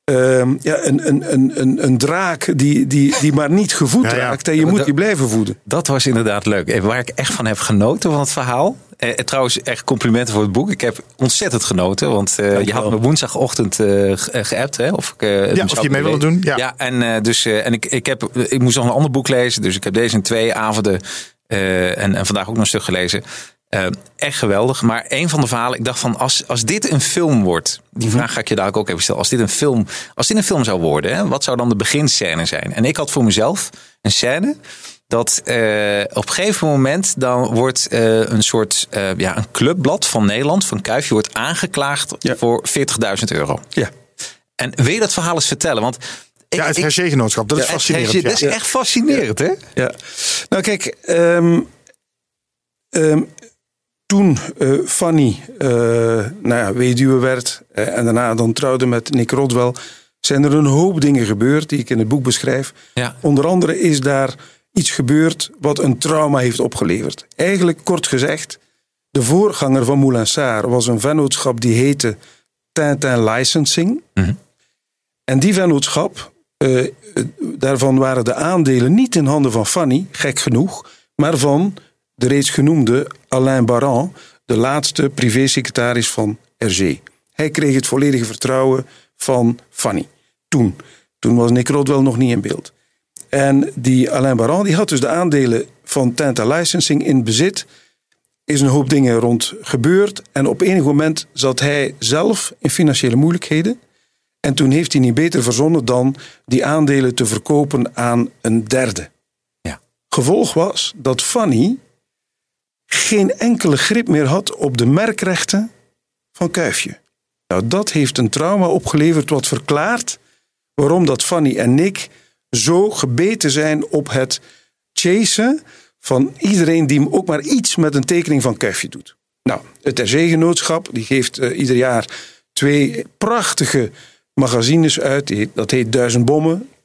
een draak die maar niet gevoed raakt. En je moet die blijven voeden. Dat was inderdaad leuk. Waar ik echt van heb genoten van het verhaal. Trouwens, echt complimenten voor het boek. Ik heb ontzettend genoten. Want je had me woensdagochtend geappt. Hè, of je mee wilde doen. Ja, en ik moest nog een ander boek lezen. Dus ik heb deze in 2 avonden en vandaag ook nog een stuk gelezen. Echt geweldig. Maar een van de verhalen, ik dacht van als dit een film wordt. Die vraag ga ik je dadelijk ook even stellen. Als dit een film zou worden, hè, wat zou dan de beginscène zijn? En ik had voor mezelf een scène dat op een gegeven moment dan wordt een soort een clubblad van Nederland, van Kuifje, wordt aangeklaagd voor €40.000. Ja. En wil je dat verhaal eens vertellen? Want het Hergé-genootschap, dat is fascinerend. Dat is echt fascinerend, hè? Ja. Nou kijk, toen Fanny weduwe werd en daarna dan trouwde met Nick Rodwell, zijn er een hoop dingen gebeurd die ik in het boek beschrijf. Ja. Onder andere is daar iets gebeurd wat een trauma heeft opgeleverd. Eigenlijk kort gezegd, de voorganger van Moulin Sarr was een vennootschap die heette Tintin Licensing. Mm-hmm. En die vennootschap, daarvan waren de aandelen niet in handen van Fanny, gek genoeg, maar van de reeds genoemde Alain Baran, de laatste privésecretaris van Hergé. Hij kreeg het volledige vertrouwen van Fanny. Toen was Nick Rodwell nog niet in beeld. En die Alain Baran die had dus de aandelen van Tintin Licensing in bezit. Is een hoop dingen rond gebeurd. En op enig moment zat hij zelf in financiële moeilijkheden. En toen heeft hij niet beter verzonnen dan die aandelen te verkopen aan een derde. Ja. Gevolg was dat Fanny geen enkele grip meer had op de merkrechten van Kuifje. Nou, dat heeft een trauma opgeleverd wat verklaart waarom dat Fanny en Nick zo gebeten zijn op het chasen van iedereen die ook maar iets met een tekening van Kuifje doet. Nou, het Hergé-genootschap die geeft ieder jaar 2 prachtige magazines uit. Dat heet 1000 Bommen.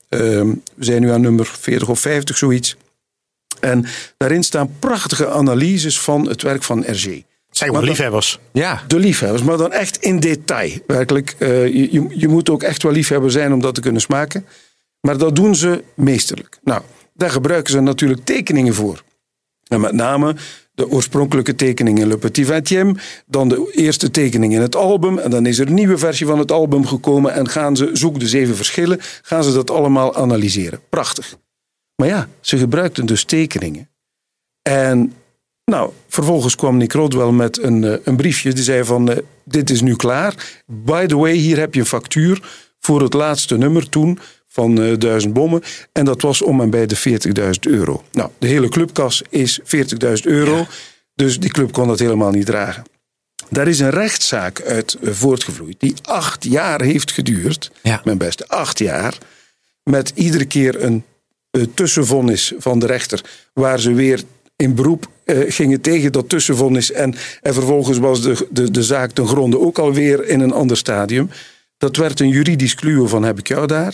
We zijn nu aan nummer 40 of 50, zoiets. En daarin staan prachtige analyses van het werk van Hergé. Zijn gewoon liefhebbers. Ja. De liefhebbers, maar dan echt in detail. Werkelijk, je moet ook echt wel liefhebber zijn om dat te kunnen smaken. Maar dat doen ze meesterlijk. Nou, daar gebruiken ze natuurlijk tekeningen voor. En met name de oorspronkelijke tekening in Le Petit Vingtième. Dan de eerste tekening in het album. En dan is er een nieuwe versie van het album gekomen. En gaan ze, zoek de 7 verschillen, gaan ze dat allemaal analyseren. Prachtig. Maar ja, ze gebruikten dus tekeningen. En nou, vervolgens kwam Nick Rodwell met een briefje. Die zei van, dit is nu klaar. By the way, hier heb je een factuur voor het laatste nummer toen van 1000 bommen. En dat was om en bij de €40.000. Nou, de hele clubkas is €40.000. Ja. Dus die club kon dat helemaal niet dragen. Daar is een rechtszaak uit voortgevloeid die 8 jaar heeft geduurd. Ja. Mijn beste, 8 jaar. Met iedere keer een tussenvonnis van de rechter, waar ze weer in beroep gingen tegen dat tussenvonnis. En vervolgens was de zaak ten gronde ook alweer in een ander stadium. Dat werd een juridisch kluwen van heb ik jou daar.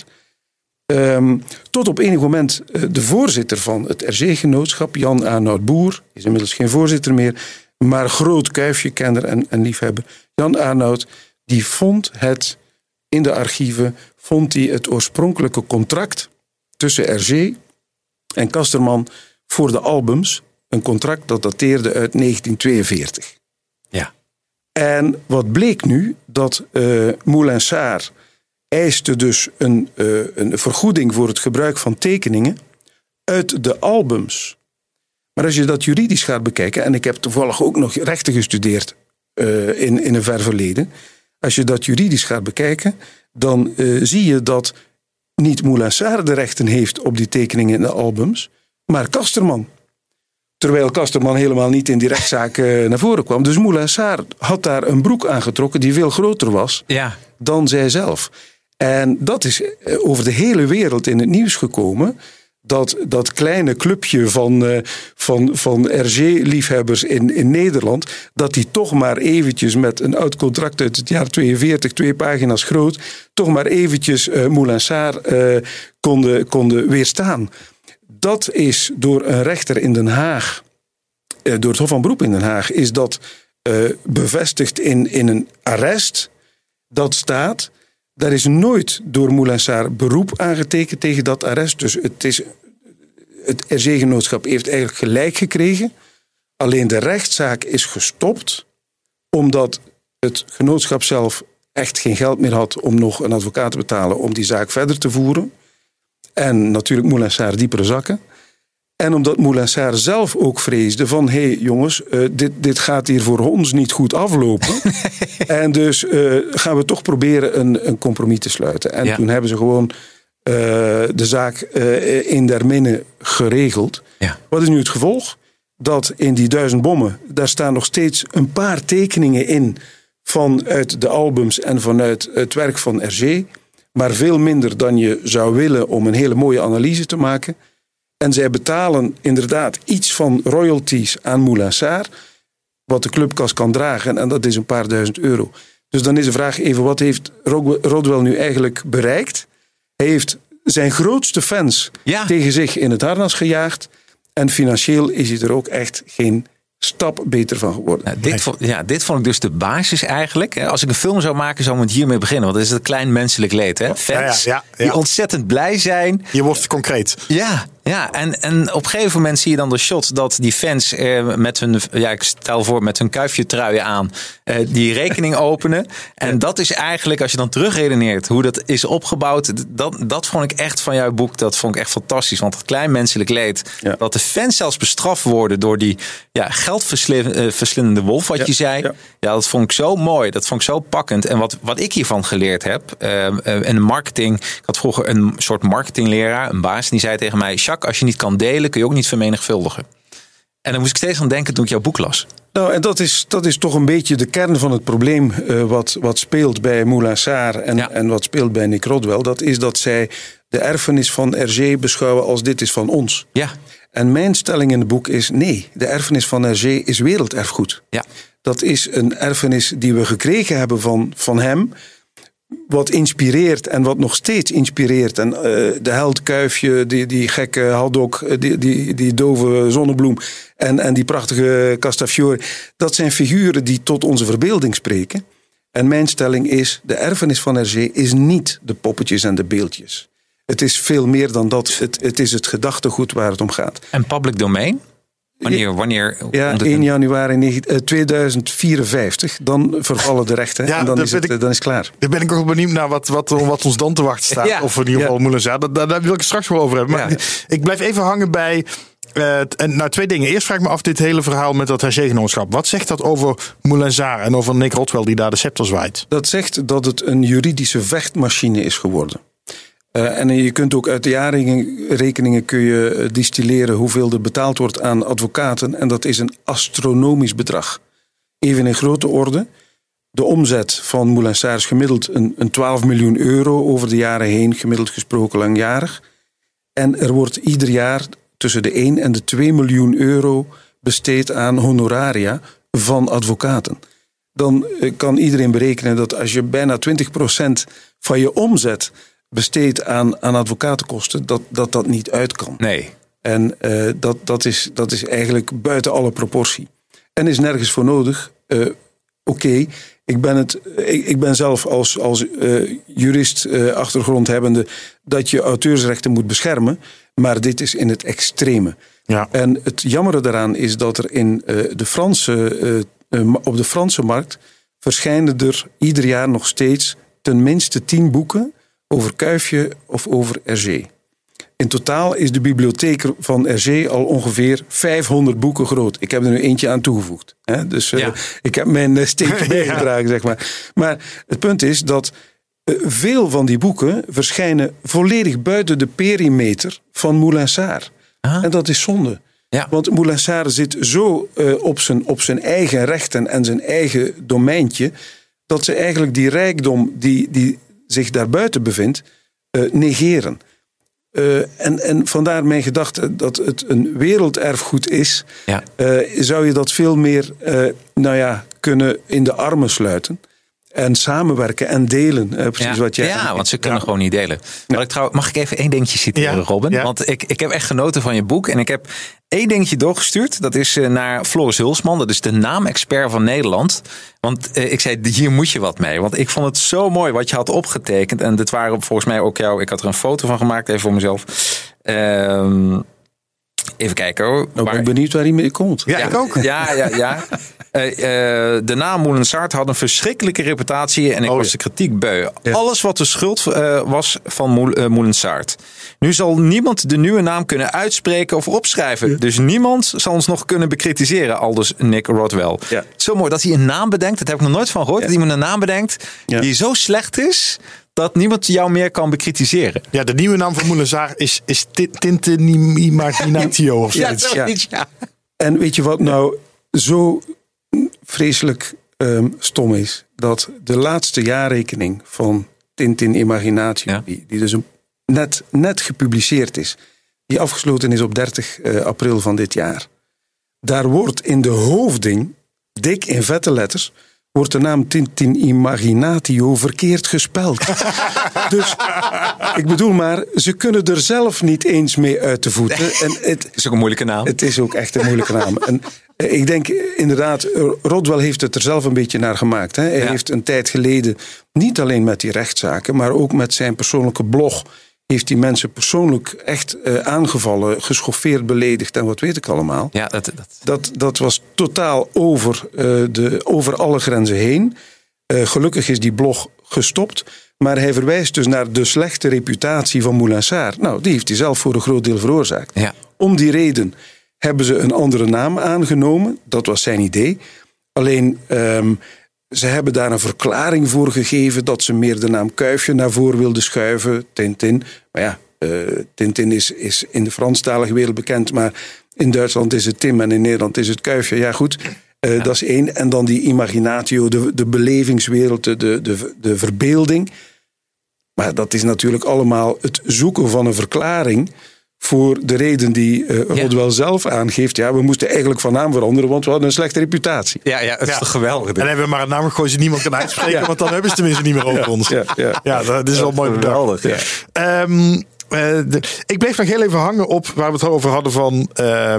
Tot op enig moment de voorzitter van het Hergé-genootschap, Jan Arnoud Boer, is inmiddels geen voorzitter meer, maar groot kuifjekenner en liefhebber. Jan Arnoud, die vond het in de archieven, het oorspronkelijke contract tussen Hergé en Casterman voor de albums. Een contract dat dateerde uit 1942. Ja. En wat bleek nu? Dat Moulin Sarr eiste dus een vergoeding voor het gebruik van tekeningen uit de albums. Maar als je dat juridisch gaat bekijken, en ik heb toevallig ook nog rechten gestudeerd in een ver verleden. Als je dat juridisch gaat bekijken, dan zie je dat niet Moulin Sarr de rechten heeft op die tekeningen in de albums, maar Casterman. Terwijl Casterman helemaal niet in die rechtszaak naar voren kwam. Dus Moulin Sarr had daar een broek aangetrokken die veel groter was dan zij zelf. En dat is over de hele wereld in het nieuws gekomen. Dat kleine clubje van Hergé-liefhebbers in Nederland, dat die toch maar eventjes met een oud contract uit het jaar 42, 2 pagina's groot, toch maar eventjes Moulin Sarr konden weerstaan. Dat is door een rechter in Den Haag, door het Hof van Beroep in Den Haag, is dat bevestigd in een arrest. Dat staat, daar is nooit door Moulin Sarr beroep aangetekend tegen dat arrest. Dus het Hergé-genootschap heeft eigenlijk gelijk gekregen. Alleen de rechtszaak is gestopt, omdat het genootschap zelf echt geen geld meer had om nog een advocaat te betalen om die zaak verder te voeren. En natuurlijk Moulin Sarr diepere zakken. En omdat Moulin Sarr zelf ook vreesde van, hé jongens, dit gaat hier voor ons niet goed aflopen. En dus gaan we toch proberen een compromis te sluiten. En toen hebben ze gewoon de zaak in der minne geregeld. Ja. Wat is nu het gevolg? Dat in die 1000 bommen, daar staan nog steeds een paar tekeningen in vanuit de albums en vanuit het werk van Hergé. Maar veel minder dan je zou willen om een hele mooie analyse te maken. En zij betalen inderdaad iets van royalties aan Moulin Sarr, wat de clubkas kan dragen, en dat is een paar €1000. Dus dan is de vraag even, wat heeft Rodwell nu eigenlijk bereikt? Hij heeft zijn grootste fans tegen zich in het harnas gejaagd. En financieel is hij er ook echt geen stap beter van geworden. Dit vond ik dus de basis eigenlijk. Als ik een film zou maken, zou ik met hiermee beginnen. Want dat is het klein menselijk leed. Hè? Fans die ontzettend blij zijn. Je wordt concreet. Ja, en op een gegeven moment zie je dan de shot dat die fans met hun, ik stel voor, met hun kuifje truien aan, die rekening openen. En dat is eigenlijk, als je dan terugredeneert hoe dat is opgebouwd, dat vond ik echt van jouw boek, dat vond ik echt fantastisch. Want dat klein menselijk leed, dat de fans zelfs bestraft worden door die geldverslindende wolf, wat je zei. Ja, dat vond ik zo mooi, dat vond ik zo pakkend. En wat ik hiervan geleerd heb, in de marketing, ik had vroeger een soort marketingleraar, een baas, die zei tegen mij, Jacques, als je niet kan delen, kun je ook niet vermenigvuldigen. En dan moest ik steeds aan denken toen ik jouw boek las. Nou, en dat is toch een beetje de kern van het probleem wat speelt bij Moulin Sarr en wat speelt bij Nick Rodwell. Dat is dat zij de erfenis van Hergé beschouwen als dit is van ons. Ja. En mijn stelling in het boek is nee, de erfenis van Hergé is werelderfgoed. Ja. Dat is een erfenis die we gekregen hebben van hem. wat inspireert en wat nog steeds inspireert. En de held Kuifje, die gekke Haddock, die dove Zonnebloem en die prachtige Castafiore. Dat zijn figuren die tot onze verbeelding spreken. En mijn stelling is, de erfenis van Hergé is niet de poppetjes en de beeldjes. Het is veel meer dan dat. Het is het gedachtegoed waar het om gaat. En public domein? Wanneer? Ja, 1 januari 2054. Dan vervallen de rechten en dan is het klaar. Daar ben ik ook benieuwd naar wat ons dan te wachten staat. Ja. Of in ieder geval Moulinsart. Daar wil ik het straks wel over hebben. Maar ik blijf even hangen bij... twee dingen. Eerst vraag ik me af dit hele verhaal met dat Hergé-genootschap. Wat zegt dat over Moulinsart en over Nick Rodwell die daar de scepter zwaait? Dat zegt dat het een juridische vechtmachine is geworden. En je kunt ook uit de jaarrekeningen kun je distilleren hoeveel er betaald wordt aan advocaten. En dat is een astronomisch bedrag. Even in grote orde. De omzet van Moulinsart is gemiddeld een 12 miljoen euro over de jaren heen. Gemiddeld gesproken langjarig. En er wordt ieder jaar tussen de 1 en de 2 miljoen euro besteed aan honoraria van advocaten. Dan kan iedereen berekenen dat als je bijna 20% van je omzet besteedt aan advocatenkosten, dat niet uit kan. Nee. En dat is eigenlijk buiten alle proportie. En is nergens voor nodig. Oké, ik ben zelf als jurist achtergrond hebbende dat je auteursrechten moet beschermen, maar dit is in het extreme. Ja. En het jammere daaraan is dat er in op de Franse markt verschijnen er ieder jaar nog steeds tenminste 10 boeken over Kuifje of over Hergé. In totaal is de bibliotheek van Hergé al ongeveer 500 boeken groot. Ik heb er nu eentje aan toegevoegd. Hè? Dus ik heb mijn steentje bijgedragen, zeg maar. Maar het punt is dat veel van die boeken verschijnen volledig buiten de perimeter van Moulinsart. En dat is zonde. Ja. Want Moulinsart zit zo op zijn eigen rechten en zijn eigen domeintje, dat ze eigenlijk die rijkdom die zich daarbuiten bevindt, negeren. En vandaar mijn gedachte dat het een werelderfgoed is. Ja. Zou je dat veel meer kunnen in de armen sluiten. En samenwerken en delen. Precies wat jij. Ja, want ze kunnen gewoon niet delen. Ja. Mag ik even één dingetje citeren, Robin? Ja. Want ik heb echt genoten van je boek. En ik heb één dingetje doorgestuurd. Dat is naar Floris Hulsman. Dat is de naamexpert van Nederland. Want ik zei, hier moet je wat mee. Want ik vond het zo mooi wat je had opgetekend. En dit waren volgens mij ook jou. Ik had er een foto van gemaakt, even voor mezelf. Even kijken hoor. Ik ben benieuwd waar hij mee komt. Ja, ik ook. Ja. De naam Moulinsart had een verschrikkelijke reputatie en ik was de kritiek beu. Ja. Alles wat de schuld was van Moulinsart. Nu zal niemand de nieuwe naam kunnen uitspreken of opschrijven. Ja. Dus niemand zal ons nog kunnen bekritiseren, aldus Nick Rodwell. Ja. Zo mooi dat hij een naam bedenkt. Dat heb ik nog nooit van gehoord. Ja. Dat iemand een naam bedenkt die zo slecht is dat niemand jou meer kan bekritiseren. Ja, de nieuwe naam van Moulinsart is Tintinnimaginatio of zoiets. Ja. En weet je wat nou zo vreselijk stom is? Dat de laatste jaarrekening van Tintin Imaginatio, die dus net gepubliceerd is, die afgesloten is op 30 april van dit jaar. Daar wordt in de hoofding, dik in vette letters, wordt de naam Tintin Imaginatio verkeerd gespeld. Dus ik bedoel maar, ze kunnen er zelf niet eens mee uit de voeten. En het is ook een moeilijke naam. Het is ook echt een moeilijke naam. En ik denk inderdaad, Rodwell heeft het er zelf een beetje naar gemaakt. Hè? Hij heeft een tijd geleden, niet alleen met die rechtszaken, maar ook met zijn persoonlijke blog, heeft die mensen persoonlijk echt aangevallen, geschoffeerd, beledigd en wat weet ik allemaal. Ja, dat was totaal over alle grenzen heen. Gelukkig is die blog gestopt. Maar hij verwijst dus naar de slechte reputatie van Moulinsart. Nou, die heeft hij zelf voor een groot deel veroorzaakt. Ja. Om die reden hebben ze een andere naam aangenomen. Dat was zijn idee. Alleen, ze hebben daar een verklaring voor gegeven dat ze meer de naam Kuifje naar voren wilden schuiven. Tintin. Maar ja, Tintin is in de Franstalige wereld bekend. Maar in Duitsland is het Tim en in Nederland is het Kuifje. Ja, goed. Dat is één. En dan die imaginatio, de belevingswereld, de verbeelding. Maar dat is natuurlijk allemaal het zoeken van een verklaring voor de reden die Rodwell zelf aangeeft. Ja, we moesten eigenlijk van naam veranderen, want we hadden een slechte reputatie. Ja, het is toch geweldig. En dan hebben we maar een naam gegooid die niemand kan uitspreken, want dan hebben ze tenminste niet meer over ons. Ja, dat is wel mooi bedacht. Ik bleef nog heel even hangen op waar we het over hadden van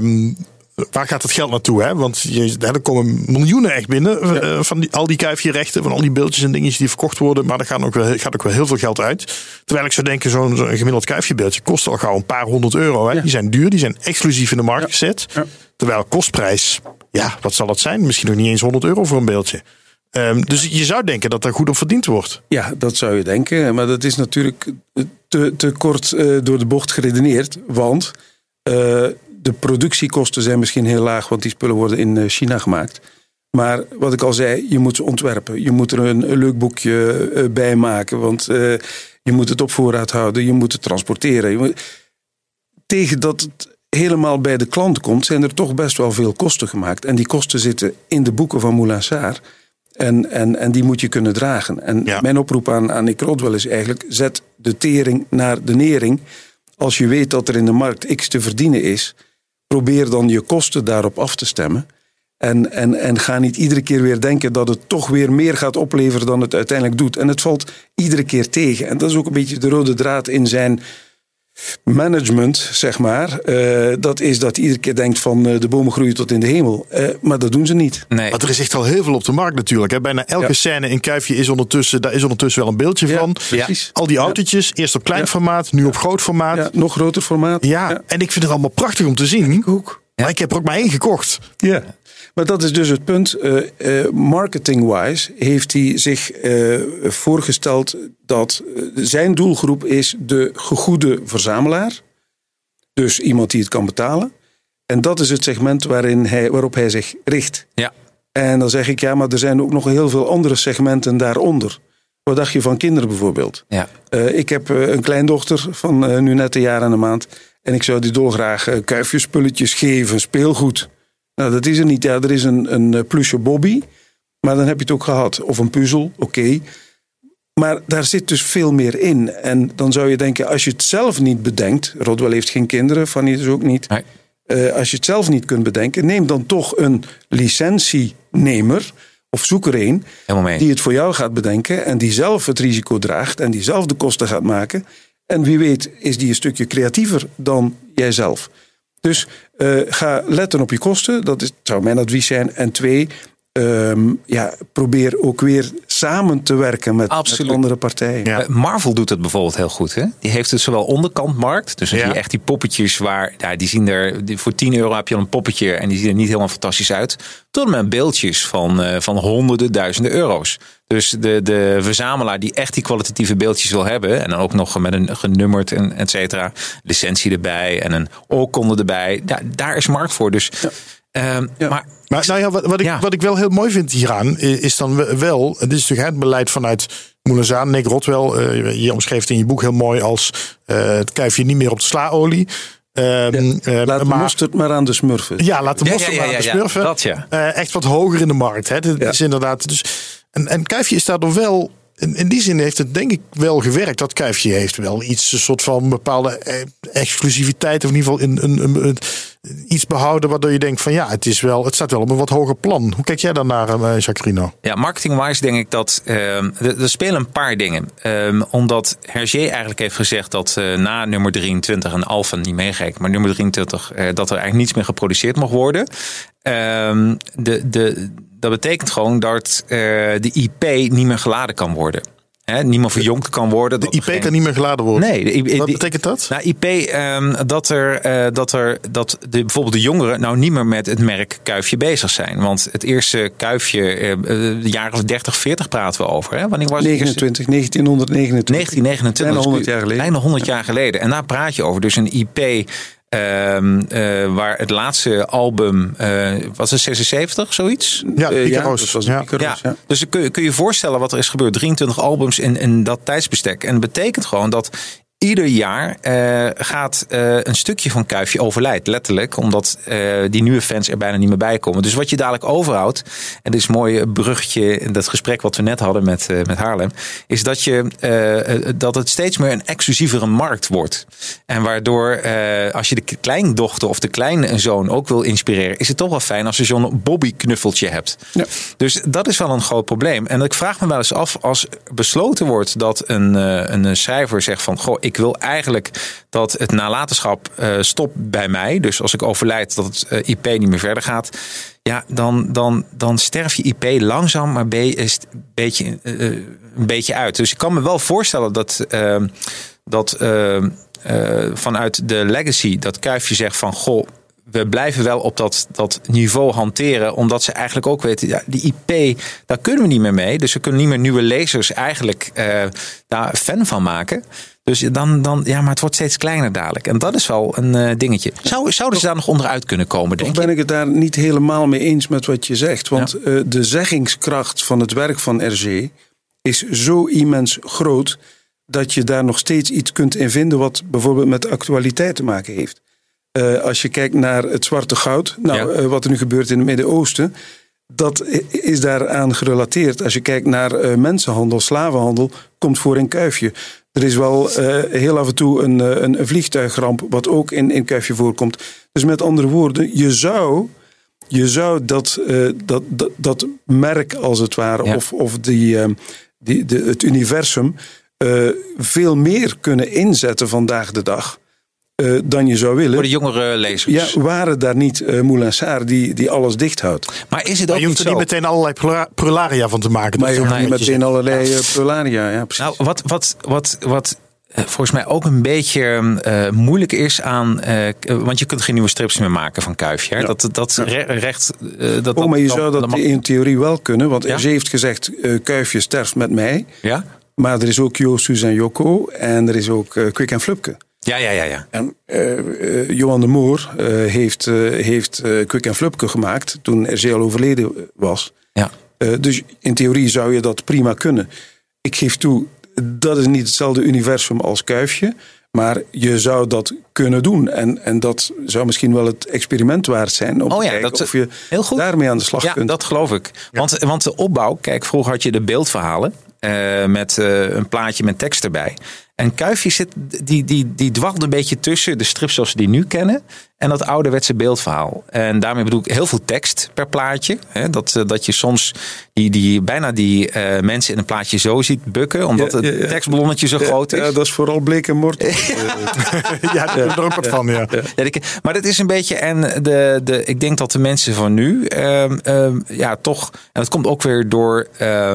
waar gaat het geld naartoe? Hè? Want er komen miljoenen echt binnen van al die kuifjerechten, van al die beeldjes en dingetjes die verkocht worden. Maar er gaat ook wel heel veel geld uit. Terwijl ik zou denken, zo'n gemiddeld kuifjebeeldje kost al gauw een paar €100. Hè? Ja. Die zijn duur, die zijn exclusief in de markt gezet. Ja. Terwijl kostprijs, wat zal het zijn? Misschien nog niet eens €100 voor een beeldje. Dus je zou denken dat er goed op verdiend wordt. Ja, dat zou je denken. Maar dat is natuurlijk te kort door de bocht geredeneerd. Want de productiekosten zijn misschien heel laag, want die spullen worden in China gemaakt. Maar wat ik al zei, je moet ze ontwerpen. Je moet er een leuk boekje bij maken. Want je moet het op voorraad houden. Je moet het transporteren. Tegen dat het helemaal bij de klant komt, zijn er toch best wel veel kosten gemaakt. En die kosten zitten in de boeken van Moulin Sarr. En die moet je kunnen dragen. En mijn oproep aan Nick Rodwell is eigenlijk, zet de tering naar de nering. Als je weet dat er in de markt X te verdienen is, probeer dan je kosten daarop af te stemmen. En ga niet iedere keer weer denken dat het toch weer meer gaat opleveren dan het uiteindelijk doet. En het valt iedere keer tegen. En dat is ook een beetje de rode draad in zijn management, zeg maar. Dat is dat hij iedere keer denkt van de bomen groeien tot in de hemel. Maar dat doen ze niet. Nee. Want er is echt al heel veel op de markt natuurlijk. Hè. Bijna elke scène in Kuifje is ondertussen wel een beeldje van. Precies. Al die autootjes, eerst op klein formaat, nu op groot formaat. Ja, nog groter formaat. Ja, en ik vind het allemaal prachtig om te zien. Ik ook. Maar ik heb er ook maar één gekocht. Ja. Maar dat is dus het punt. Marketing-wise heeft hij zich voorgesteld dat zijn doelgroep is de gegoede verzamelaar. Dus iemand die het kan betalen. En dat is het segment waarop hij zich richt. Ja. En dan zeg ik, maar er zijn ook nog heel veel andere segmenten daaronder. Wat dacht je van kinderen bijvoorbeeld? Ja. Ik heb een kleindochter van nu net een jaar en een maand. En ik zou die dolgraag kuifjespulletjes geven, speelgoed. Nou, dat is er niet. Ja, er is een plusje Bobby. Maar dan heb je het ook gehad. Of een puzzel, oké. Maar daar zit dus veel meer in. En dan zou je denken, als je het zelf niet bedenkt. Rodwell heeft geen kinderen, Fanny dus ook niet. Nee. Als je het zelf niet kunt bedenken, neem dan toch een licentienemer. Of zoek er een die het voor jou gaat bedenken. En die zelf het risico draagt. En die zelf de kosten gaat maken. En wie weet is die een stukje creatiever dan jijzelf. Dus ga letten op je kosten. Dat zou mijn advies zijn. En 2, probeer ook weer samen te werken met andere partijen. Ja. Marvel doet het bijvoorbeeld heel goed. Hè? Die heeft het zowel onderkantmarkt. Dus dan zie je echt die poppetjes die zien er voor €10 heb je al een poppetje en die zien er niet helemaal fantastisch uit. Tot met beeldjes van honderden, duizenden euro's. Dus de verzamelaar die echt die kwalitatieve beeldjes wil hebben. En dan ook nog met een genummerd en et cetera. Licentie erbij en een oorkonde erbij. Daar is markt voor. Dus wat ik wel heel mooi vind hieraan is dan wel, dit is natuurlijk het beleid vanuit Moulin Sarr, Nick Rodwell. Je omschreef het in je boek heel mooi als het kuifje niet meer op de slaolie. Laat de mosterd maar aan de smurfen. Ja, laat de mosterd maar aan de smurfen. Dat, echt wat hoger in de markt. Hè. Dat is inderdaad. Dus, en Kuifje is daardoor wel. In die zin heeft het denk ik wel gewerkt. Dat Kuifje heeft wel iets, een soort van bepaalde exclusiviteit. Of in ieder geval iets behouden waardoor je denkt van het staat wel op een wat hoger plan. Hoe kijk jij daar naar, Jacarino? Ja, marketing-wise denk ik dat er spelen een paar dingen. Omdat Hergé eigenlijk heeft gezegd dat na nummer 23 en Alpha niet meegerekend, maar nummer 23 dat er eigenlijk niets meer geproduceerd mag worden. Dat betekent gewoon dat de IP niet meer geladen kan worden. Niet meer verjongd kan worden. De IP kan niet meer geladen worden? Nee. Wat betekent dat? Nou, IP, dat bijvoorbeeld de jongeren nou niet meer met het merk Kuifje bezig zijn. Want het eerste Kuifje, de jaren 30, 40 praten we over. Hè? Wanneer was het 1929. 1929. Bijna 100 jaar geleden. Bijna 100 jaar geleden. En daar praat je over. Dus een IP waar het laatste album was het 76, zoiets? Ja, Picaro's. Dus kun je voorstellen wat er is gebeurd. 23 albums in dat tijdsbestek. En dat betekent gewoon dat ieder jaar gaat een stukje van Kuifje overlijdt. Letterlijk, omdat die nieuwe fans er bijna niet meer bij komen. Dus wat je dadelijk overhoudt, en dit is een mooi bruggetje in dat gesprek wat we net hadden met Haarlem, is dat het steeds meer een exclusievere markt wordt. En waardoor als je de kleindochter of de kleinzoon ook wil inspireren, is het toch wel fijn als je zo'n Bobby knuffeltje hebt. Ja. Dus dat is wel een groot probleem. En ik vraag me wel eens af, als besloten wordt dat een schrijver zegt van, goh, ik wil eigenlijk dat het nalatenschap stopt bij mij. Dus als ik overlijd dat het IP niet meer verder gaat. Ja, dan sterf je IP langzaam maar een beetje uit. Dus ik kan me wel voorstellen dat vanuit de legacy dat Kuifje zegt van, goh, we blijven wel op dat niveau hanteren, omdat ze eigenlijk ook weten, ja, die IP, daar kunnen we niet meer mee. Dus we kunnen niet meer nieuwe lezers eigenlijk daar fan van maken. Dus dan, ja, maar het wordt steeds kleiner dadelijk. En dat is wel een dingetje. Zouden ze daar nog onderuit kunnen komen, denk je? Ben ik het daar niet helemaal mee eens met wat je zegt. Want de zeggingskracht van het werk van Hergé is zo immens groot dat je daar nog steeds iets kunt in vinden wat bijvoorbeeld met actualiteit te maken heeft. Als je kijkt naar het zwarte goud, wat er nu gebeurt in het Midden-Oosten, dat is daaraan gerelateerd. Als je kijkt naar mensenhandel, slavenhandel, komt voor in Kuifje. Er is wel heel af en toe een vliegtuigramp wat ook in Kuifje voorkomt. Dus met andere woorden, je zou dat merk als het ware, of het universum veel meer kunnen inzetten vandaag de dag. Dan je zou willen. Voor de jongere lezers. Ja, waren daar niet Moulin Saar die alles dicht houdt. Maar is het ook je hoeft er niet meteen allerlei prularia van te maken. Maar je hoeft niet meteen allerlei prularia. Ja, precies. Nou, wat volgens mij ook een beetje moeilijk is aan, want je kunt geen nieuwe strips meer maken van Kuifje. Hè? Ja. Maar je zou dat in theorie wel kunnen. Want Hergé heeft gezegd, Kuifje sterft met mij. Ja? Maar er is ook Jo, Suus en Joko. En er is ook Kwik en Flupke. Ja. En Johan de Moor heeft Kwik en Flupke gemaakt toen Hergé al overleden was. Ja. Dus in theorie zou je dat prima kunnen. Ik geef toe, dat is niet hetzelfde universum als Kuifje. Maar je zou dat kunnen doen. En dat zou misschien wel het experiment waard zijn. Om te kijken of je daarmee aan de slag kunt. Ja, dat geloof ik. Ja. Want de opbouw, kijk, vroeger had je de beeldverhalen. Met een plaatje met tekst erbij. En Kuifje die dwarrelt een beetje tussen de strips zoals we die nu kennen en dat ouderwetse beeldverhaal. En daarmee bedoel ik heel veel tekst per plaatje. Hè, dat je soms bijna die mensen in een plaatje zo ziet bukken, omdat het tekstballonnetje zo groot is. Ja, dat is vooral Bleek en Morten. Ja, daar heb ik er ook wat van. Ja. Maar dat is een beetje, en ik denk dat de mensen van nu toch, en dat komt ook weer door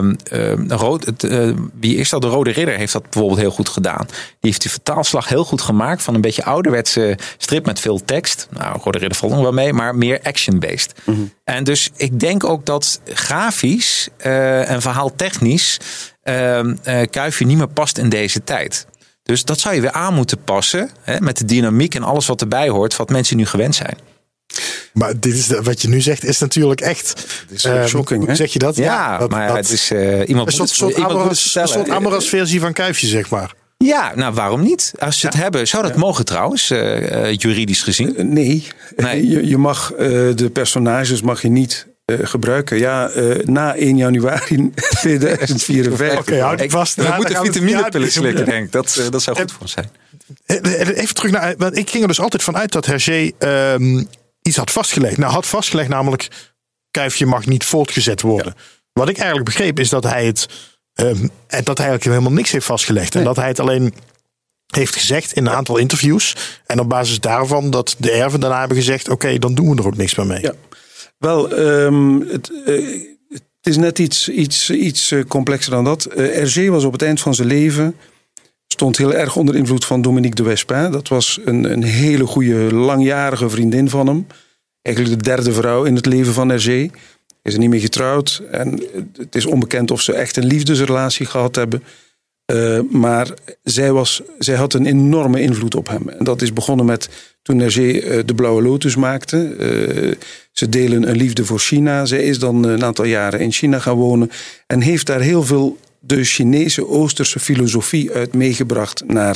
wie is dat? De Rode Ridder heeft dat bijvoorbeeld heel goed gedaan. Die heeft die vertaalslag heel goed gemaakt van een beetje ouderwetse strip met veel tekst. Nou, Rode Ridder valt nog wel mee, maar meer action-based. Mm-hmm. En dus ik denk ook dat grafisch en verhaaltechnisch Kuifje niet meer past in deze tijd. Dus dat zou je weer aan moeten passen, hè, met de dynamiek en alles wat erbij hoort, wat mensen nu gewend zijn. Maar dit is wat je nu zegt, is natuurlijk echt. Het is shocking, hè? Zeg je dat? Ja, maar het is iemand een soort Amoras-versie van Kuifje, zeg maar. Ja, nou waarom niet? Als ze het hebben, zou dat mogen trouwens, juridisch gezien? Nee. Je mag de personages mag je niet gebruiken. Ja, na 1 januari 2054. Oké, houd ik vast. We moeten vitaminepillen slikken, denk ik. Dat zou goed voor ons zijn. Even terug naar, want ik ging er dus altijd van uit dat Hergé iets had vastgelegd. Nou, had vastgelegd namelijk, Kuifje mag niet voortgezet worden. Ja. Wat ik eigenlijk begreep is dat hij dat hij eigenlijk helemaal niks heeft vastgelegd. Nee. En dat hij het alleen heeft gezegd in een aantal interviews. En op basis daarvan dat de erven daarna hebben gezegd, oké, dan doen we er ook niks meer mee. Ja. Wel, het is net iets complexer dan dat. Hergé was op het eind van zijn leven, stond heel erg onder invloed van Dominique de Wespin. Dat was een hele goede, langjarige vriendin van hem. Eigenlijk de 3e vrouw in het leven van Hergé. Is er niet meer getrouwd. En het is onbekend of ze echt een liefdesrelatie gehad hebben. Maar zij had een enorme invloed op hem. En dat is begonnen met toen Hergé de Blauwe Lotus maakte. Ze delen een liefde voor China. Zij is dan een aantal jaren in China gaan wonen. En heeft daar heel veel de Chinese Oosterse filosofie uit meegebracht naar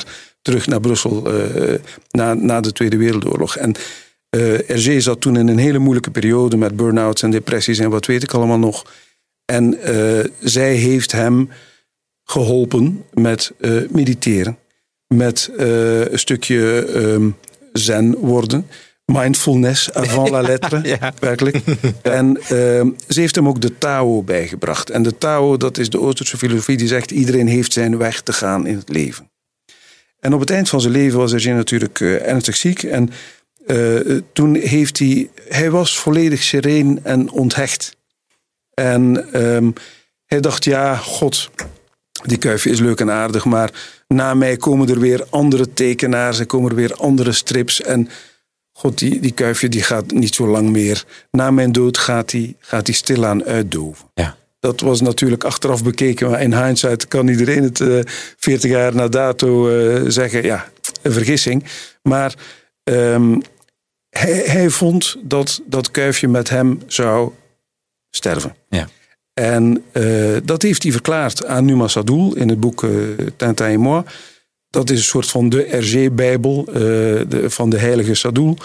terug naar Brussel na de Tweede Wereldoorlog. En Hergé zat toen in een hele moeilijke periode met burn-outs en depressies en wat weet ik allemaal nog. En zij heeft hem geholpen met mediteren, met een stukje zen worden. Mindfulness avant la lettre, ja. Werkelijk. En ze heeft hem ook de Tao bijgebracht. En de Tao, dat is de Oosterse filosofie die zegt, iedereen heeft zijn weg te gaan in het leven. En op het eind van zijn leven was Hergé natuurlijk ernstig ziek. En toen heeft hij was volledig sereen en onthecht. En hij dacht, ja, god, die Kuifje is leuk en aardig, maar na mij komen er weer andere tekenaars, er komen er weer andere strips en god, die Kuifje die gaat niet zo lang meer. Na mijn dood gaat die stilaan uitdoven. Ja. Dat was natuurlijk achteraf bekeken, maar in hindsight kan iedereen het 40 jaar na dato zeggen, ja, een vergissing. Maar hij vond dat Kuifje met hem zou sterven. Ja. En dat heeft hij verklaard aan Numa Sadoul in het boek Tintin et moi. Dat is een soort van de Hergé-bijbel van de heilige Sadoul.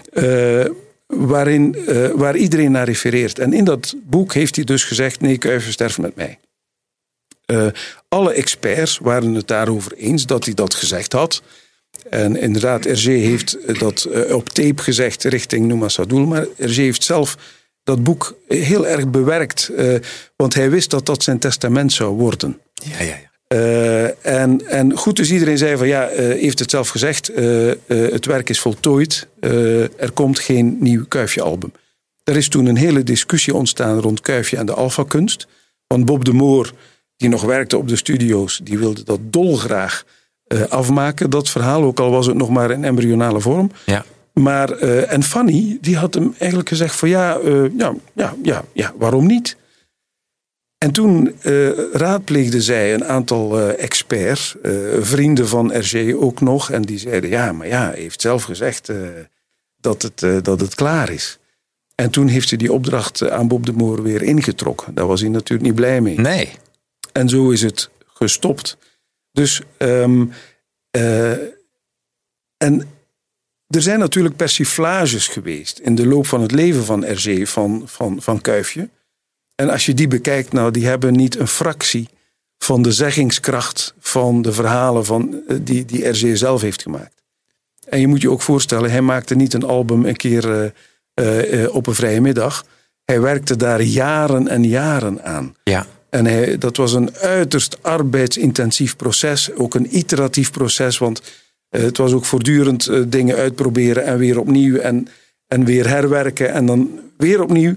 Waar iedereen naar refereert. En in dat boek heeft hij dus gezegd, nee, Kuifje sterft met mij. Alle experts waren het daarover eens dat hij dat gezegd had. En inderdaad, Hergé heeft dat op tape gezegd richting Numa Sadoul. Maar Hergé heeft zelf dat boek heel erg bewerkt. Want hij wist dat dat zijn testament zou worden. Ja. En goed, dus iedereen zei van ja, heeft het zelf gezegd. Het werk is voltooid. Er komt geen nieuw Kuifje-album. Er is toen een hele discussie ontstaan rond Kuifje en de alfakunst. Want Bob de Moor, die nog werkte op de studio's, die wilde dat dolgraag afmaken. Dat verhaal, ook al was het nog maar in embryonale vorm. Ja. Maar, en Fanny, die had hem eigenlijk gezegd van ja, waarom niet? En toen raadpleegde zij een aantal experts, vrienden van Hergé ook nog. En die zeiden, hij heeft zelf gezegd dat het klaar is. En toen heeft ze die opdracht aan Bob de Moor weer ingetrokken. Daar was hij natuurlijk niet blij mee. Nee. En zo is het gestopt. Dus, en er zijn natuurlijk persiflages geweest in de loop van het leven van Hergé, van Kuifje. En als je die bekijkt, nou, die hebben niet een fractie van de zeggingskracht van de verhalen die Hergé zelf heeft gemaakt. En je moet je ook voorstellen, hij maakte niet een album een keer op een vrije middag. Hij werkte daar jaren en jaren aan. Ja. En dat was een uiterst arbeidsintensief proces, ook een iteratief proces, want het was ook voortdurend dingen uitproberen en weer opnieuw en weer herwerken en dan weer opnieuw.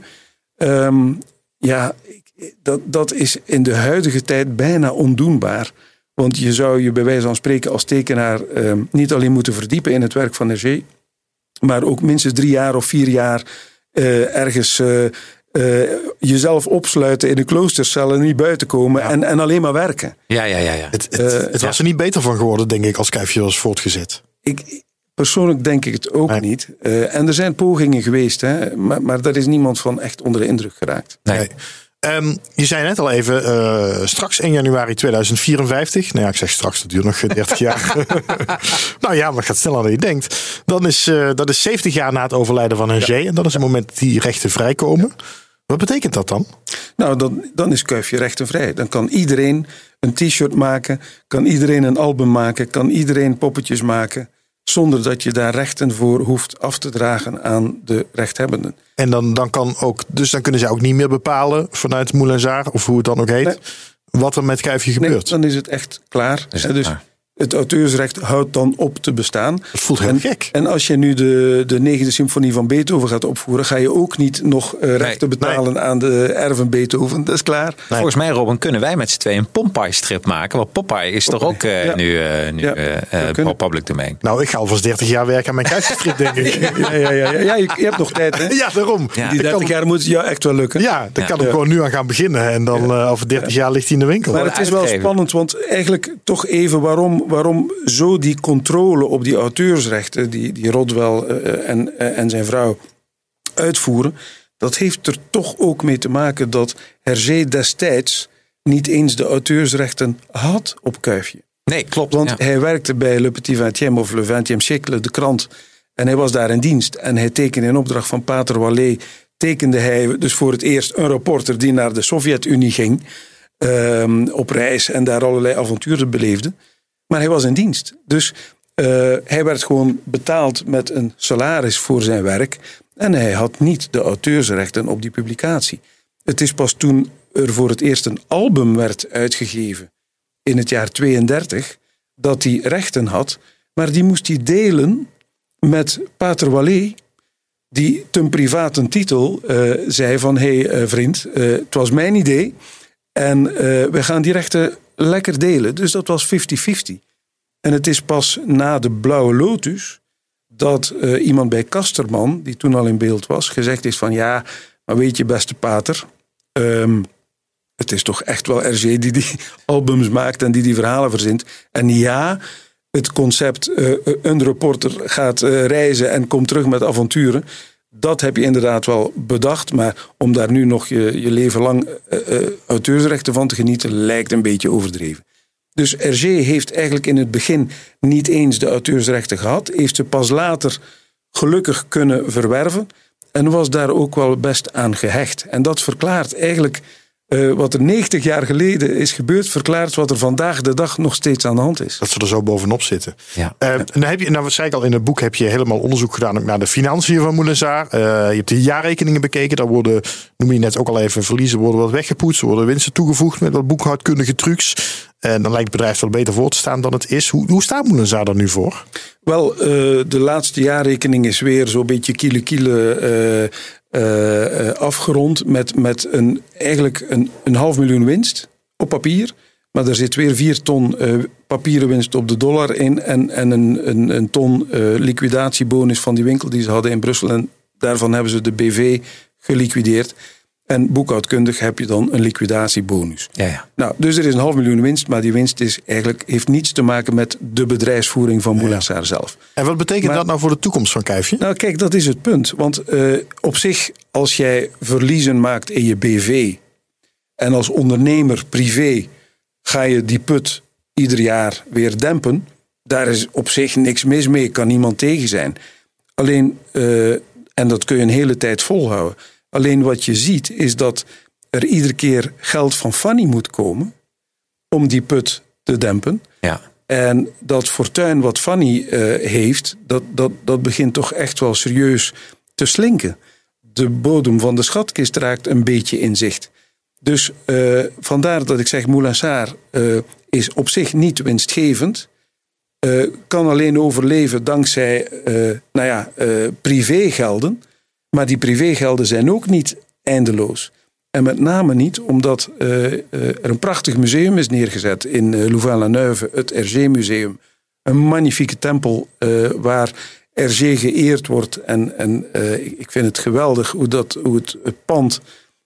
Dat is in de huidige tijd bijna ondoenbaar. Want je zou je bij wijze van spreken als tekenaar niet alleen moeten verdiepen in het werk van Hergé, maar ook minstens 3 jaar of 4 jaar ergens jezelf opsluiten in een kloostercel en niet buiten komen en alleen maar werken. Ja. Het was er niet beter van geworden, denk ik, als Kuifje was voortgezet. Persoonlijk denk ik het ook niet. En er zijn pogingen geweest, hè, maar daar is niemand van echt onder de indruk geraakt. Nee. Je zei net al even, straks 1 januari 2054. Nou ja, ik zeg straks, dat duurt nog 30 jaar. Nou ja, maar het gaat sneller dan je denkt. Dat is 70 jaar na het overlijden van Hergé. Ja. En dat is het moment dat die rechten vrijkomen. Wat betekent dat dan? Nou, dan is Kuifje rechtenvrij. Dan kan iedereen een t-shirt maken. Kan iedereen een album maken. Kan iedereen poppetjes maken. Zonder dat je daar rechten voor hoeft af te dragen aan de rechthebbenden. En dan kunnen zij ook niet meer bepalen vanuit Moulin Saar, of hoe het dan ook heet, wat er met Kuifje gebeurt. Dan is het echt klaar. Het auteursrecht houdt dan op te bestaan. Het voelt heel gek. En als je nu de 9e symfonie van Beethoven gaat opvoeren, ga je ook niet nog rechten betalen aan de erven Beethoven. Dat is klaar. Nee. Volgens mij, Robin, kunnen wij met z'n tweeën een Popeye-strip maken. Want Popeye is toch ook nu public domain. Nou, ik ga alvast 30 jaar werken aan mijn Kuifje-strip, denk ik. Ja, je hebt nog tijd, hè? Ja, daarom. Ja. Die 30 jaar moet jou echt wel lukken. Ja, daar kan ik gewoon nu aan gaan beginnen. En dan over 30 jaar ligt hij in de winkel. Maar het is wel spannend, want eigenlijk toch even waarom zo die controle op die auteursrechten die Rodwell en zijn vrouw uitvoeren, dat heeft er toch ook mee te maken dat Hergé destijds niet eens de auteursrechten had op Kuifje. Nee, klopt. Want hij werkte bij Le Petit Vingtième of Le 20e siècle, de krant. En hij was daar in dienst. En hij tekende in opdracht van Pater Wallet, tekende hij dus voor het eerst een reporter die naar de Sovjet-Unie ging, op reis en daar allerlei avonturen beleefde. Maar hij was in dienst. Dus hij werd gewoon betaald met een salaris voor zijn werk. En hij had niet de auteursrechten op die publicatie. Het is pas toen er voor het eerst een album werd uitgegeven in het jaar 32 dat hij rechten had. Maar die moest hij delen met Pater Wallet, die ten private titel zei van vriend, het was mijn idee en we gaan die rechten lekker delen. Dus dat was 50-50. En het is pas na de Blauwe Lotus dat iemand bij Kasterman, die toen al in beeld was, gezegd is van ja, maar weet je beste pater, het is toch echt wel Hergé die albums maakt en die verhalen verzint. En ja, het concept een reporter gaat reizen en komt terug met avonturen, dat heb je inderdaad wel bedacht, maar om daar nu nog je leven lang auteursrechten van te genieten, lijkt een beetje overdreven. Dus Hergé heeft eigenlijk in het begin niet eens de auteursrechten gehad, heeft ze pas later gelukkig kunnen verwerven en was daar ook wel best aan gehecht. En dat verklaart eigenlijk wat er 90 jaar geleden is gebeurd, verklaart wat er vandaag de dag nog steeds aan de hand is. Dat ze er zo bovenop zitten. Ja. En dan heb je, wat zei ik al, in het boek heb je helemaal onderzoek gedaan ook naar de financiën van Moulinsart. Je hebt de jaarrekeningen bekeken. Daar worden, noem je net ook al even, verliezen worden wat weggepoetst, worden winsten toegevoegd met wat boekhoudkundige trucs. En dan lijkt het bedrijf wel beter voor te staan dan het is. Hoe staat Moulinsart er nu voor? Wel, de laatste jaarrekening is weer zo'n beetje kiele afgerond met eigenlijk een 500.000 winst op papier. Maar er zit weer 4 ton papieren winst op de dollar in en een ton liquidatiebonus van die winkel die ze hadden in Brussel. En daarvan hebben ze de BV geliquideerd. En boekhoudkundig heb je dan een liquidatiebonus. Ja. Nou, dus er is een 500.000 winst, maar die winst heeft niets te maken met de bedrijfsvoering van Moulinsart zelf. En wat betekent dat nou voor de toekomst van Kuifje? Nou kijk, dat is het punt. Want op zich, als jij verliezen maakt in je BV en als ondernemer privé ga je die put ieder jaar weer dempen, daar is op zich niks mis mee, kan niemand tegen zijn. Alleen, en dat kun je een hele tijd volhouden. Alleen wat je ziet is dat er iedere keer geld van Fanny moet komen om die put te dempen. Ja. En dat fortuin wat Fanny heeft, dat begint toch echt wel serieus te slinken. De bodem van de schatkist raakt een beetje in zicht. Dus vandaar dat ik zeg, Moulinsart is op zich niet winstgevend. Kan alleen overleven dankzij privégelden. Maar die privégelden zijn ook niet eindeloos. En met name niet omdat er een prachtig museum is neergezet in Louvain-la-Neuve, het Hergé-museum. Een magnifieke tempel waar Hergé geëerd wordt. En ik vind het geweldig hoe het pand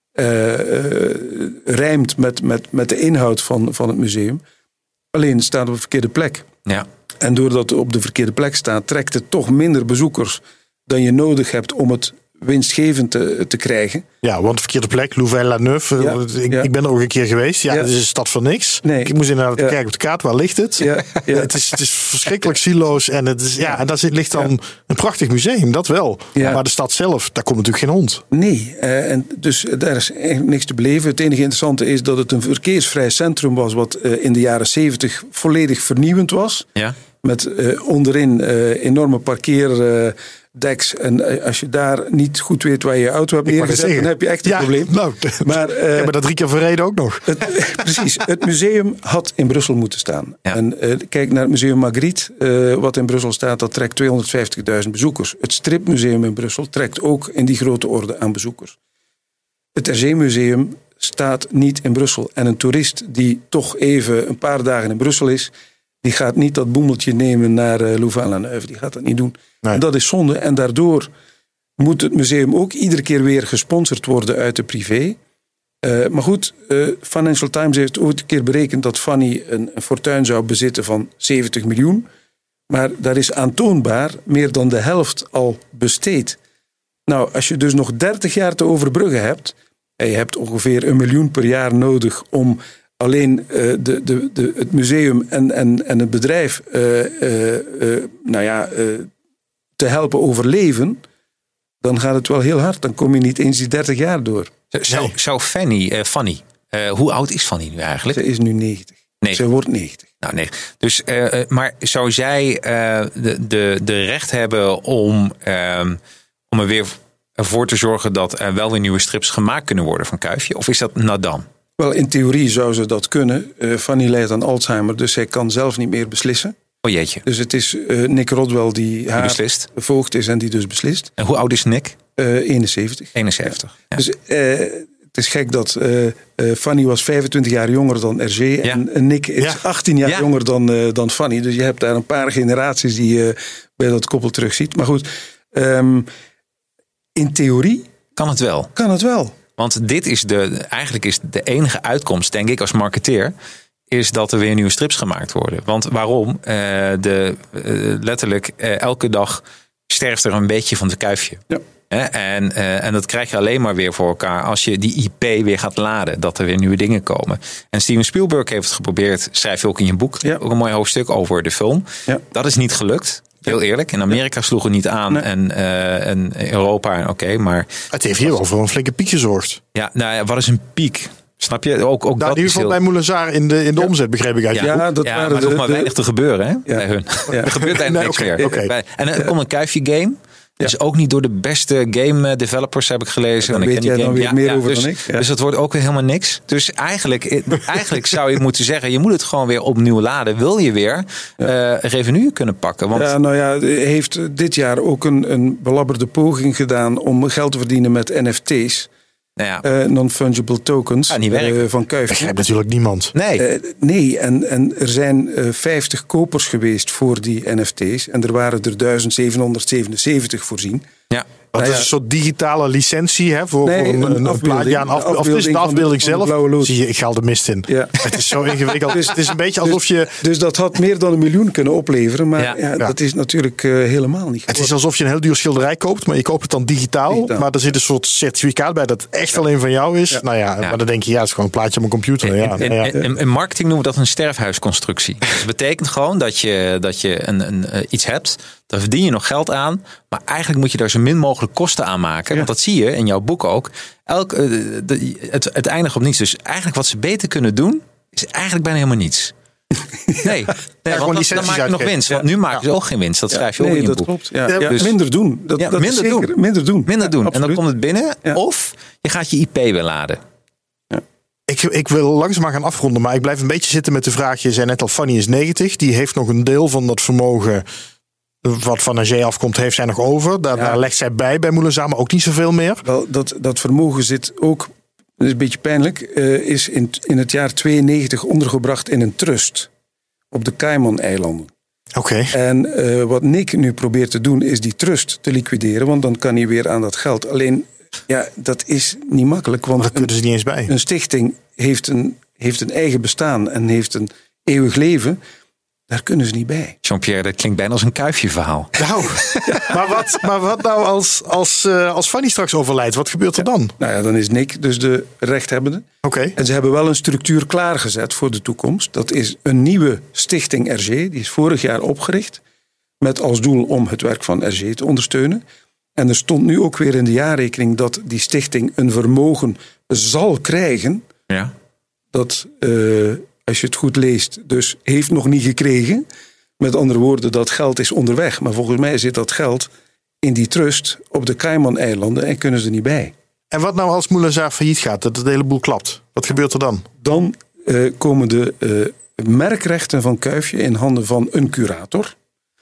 rijmt met de inhoud van het museum. Alleen het staat op de verkeerde plek. Ja. En doordat het op de verkeerde plek staat, trekt het toch minder bezoekers dan je nodig hebt om het winstgevend te krijgen. Ja, want verkeerde plek, Louvain-la-Neuve. Ik ben er ook een keer geweest. Ja, het is een stad van niks. Nee. Ik moest inderdaad kijken op de kaart, waar ligt het? Ja. Het is verschrikkelijk siloos. En, en daar ligt dan een prachtig museum, dat wel. Ja. Maar de stad zelf, daar komt natuurlijk geen hond. Nee, en dus daar is eigenlijk niks te beleven. Het enige interessante is dat het een verkeersvrij centrum was, wat in de jaren 70 volledig vernieuwend was. Ja. Met onderin enorme parkeerdeks. En als je daar niet goed weet waar je auto hebt neergezet, dan heb je echt een probleem. Nou, maar, ik heb er dat 3 keer verreden ook nog. Precies, het museum had in Brussel moeten staan. Ja. En kijk naar het museum Magritte, wat in Brussel staat, dat trekt 250.000 bezoekers. Het stripmuseum in Brussel trekt ook in die grote orde aan bezoekers. Het Hergé-museum staat niet in Brussel. En een toerist die toch even een paar dagen in Brussel is, die gaat niet dat boemeltje nemen naar Louvain-la-Neuve. Die gaat dat niet doen. Nee. En dat is zonde. En daardoor moet het museum ook iedere keer weer gesponsord worden uit de privé. Maar goed, Financial Times heeft ooit een keer berekend dat Fanny een fortuin zou bezitten van 70 miljoen. Maar daar is aantoonbaar meer dan de helft al besteed. Nou, als je dus nog 30 jaar te overbruggen hebt, en je hebt ongeveer 1 miljoen per jaar nodig om alleen het museum en het bedrijf te helpen overleven, dan gaat het wel heel hard. Dan kom je niet eens die 30 jaar door. Zou Fanny, hoe oud is Fanny nu eigenlijk? Ze is nu 90. Nee. Ze wordt 90. Nou, nee. Dus, maar zou zij de recht hebben om er weer ervoor te zorgen dat er wel weer nieuwe strips gemaakt kunnen worden van Kuifje? Of is dat nadam? Wel, in theorie zou ze dat kunnen. Fanny lijdt aan Alzheimer, dus zij kan zelf niet meer beslissen. Oh jeetje. Dus het is Nick Rodwell die haar beslist. voogd is en die dus beslist. En hoe oud is Nick? 71. 71. Ja. Dus het is gek dat Fanny was 25 jaar jonger dan RG. En Nick is 18 jaar jonger dan Fanny. Dus je hebt daar een paar generaties die je bij dat koppel terugziet. Maar goed, in theorie kan het wel. Kan het wel. Want dit is eigenlijk is de enige uitkomst, denk ik, als marketeer, is dat er weer nieuwe strips gemaakt worden. Want waarom? Letterlijk elke dag sterft er een beetje van het Kuifje. Ja. En dat krijg je alleen maar weer voor elkaar als je die IP weer gaat laden. Dat er weer nieuwe dingen komen. En Steven Spielberg heeft het geprobeerd. Schrijf je ook in je boek. Ja. Ook een mooi hoofdstuk over de film. Ja. Dat is niet gelukt. Heel eerlijk. In Amerika sloeg het niet aan. Nee. En Europa, oké. Maar het heeft hier wel voor een flinke piek gezorgd. Ja, nou ja, wat is een piek? Snap je? Ook in ieder geval bij Moulin-Sarr in de omzet, begreep ik uit je boek. Maar er is maar weinig te gebeuren hè, bij hun. Ja. Er gebeurt eigenlijk niks meer. Okay. En er komt een Kuifje game. Dus ook niet door de beste game developers heb ik gelezen. Dan weet jij dan weer meer over dan ik. Ja. Dus dat wordt ook weer helemaal niks. Dus eigenlijk zou je moeten zeggen, je moet het gewoon weer opnieuw laden. Wil je weer revenue kunnen pakken? Want hij heeft dit jaar ook een belabberde poging gedaan om geld te verdienen met NFT's. Non-fungible tokens van Kuifje. Dat begrijpt natuurlijk niemand. Nee, en er zijn 50 kopers geweest voor die NFT's. En er waren er 1777 voorzien. Ja. Dat is een soort digitale licentie voor een afbeelding zelf. Zie je, ik haal de mist in. Ja. Het is zo ingewikkeld. Het is een beetje alsof je... Dus dat had meer dan 1 miljoen kunnen opleveren. Maar dat is natuurlijk helemaal niet. Het is alsof je een heel duur schilderij koopt, maar je koopt het dan digitaal. Maar er zit een soort certificaat bij dat echt alleen van jou is. Ja. Maar dan denk je, het is gewoon een plaatje op een computer. In marketing noemen we dat een sterfhuisconstructie. Dus dat betekent gewoon dat je iets hebt. Daar verdien je nog geld aan. Maar eigenlijk moet je daar zo min mogelijk kosten aan maken. Ja. Want dat zie je in jouw boek ook. Het eindigt op niets. Dus eigenlijk wat ze beter kunnen doen, is eigenlijk bijna helemaal niets. Nee, want dan maak je nog winst. Want nu maken ze ook geen winst. Dat schrijf je ook in je boek. Dat klopt. Dus minder doen. Minder doen. En dan komt het binnen. Ja. Of je gaat je IP weer laden. Ik wil langzaam gaan afronden. Maar ik blijf een beetje zitten met de vraag. Je zei net al, Fanny is 90. Die heeft nog een deel van dat vermogen wat van RG afkomt, heeft zij nog over. Daar legt zij bij Moulin-Sarr, maar ook niet zoveel meer. Wel, dat vermogen zit ook, dat is een beetje pijnlijk, is in het jaar 92 ondergebracht in een trust op de Cayman-eilanden. Oké. En wat Nick nu probeert te doen, is die trust te liquideren, want dan kan hij weer aan dat geld. Alleen, dat is niet makkelijk, want daar kunnen ze niet eens bij. Een stichting heeft een eigen bestaan en heeft een eeuwig leven. Daar kunnen ze niet bij. Jean-Pierre, dat klinkt bijna als een Kuifje-verhaal. Nou, maar wat nou als Fanny straks overlijdt? Wat gebeurt er dan? Nou dan is Nick dus de rechthebbende. Oké. En ze hebben wel een structuur klaargezet voor de toekomst. Dat is een nieuwe stichting RG. Die is vorig jaar opgericht. Met als doel om het werk van RG te ondersteunen. En er stond nu ook weer in de jaarrekening dat die stichting een vermogen zal krijgen. Ja. Dat... als je het goed leest, dus heeft nog niet gekregen. Met andere woorden, dat geld is onderweg. Maar volgens mij zit dat geld in die trust op de Cayman-eilanden en kunnen ze er niet bij. En wat nou als Moulin-Sarr failliet gaat, dat het hele boel klapt? Wat gebeurt er dan? Dan komen de merkrechten van Kuifje in handen van een curator.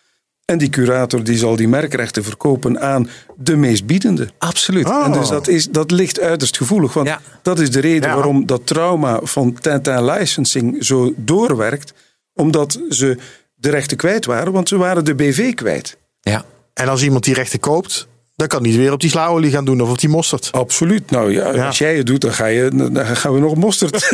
En die curator die zal die merkrechten verkopen aan de meest biedende. Absoluut. Oh. En dus dat ligt uiterst gevoelig. Want dat is de reden waarom dat trauma van Tintin licensing zo doorwerkt. Omdat ze de rechten kwijt waren, want ze waren de BV kwijt. Ja. En als iemand die rechten koopt, dan kan hij weer op die slaolie gaan doen of op die mosterd. Absoluut. Nou als jij het doet, dan gaan we nog mosterd.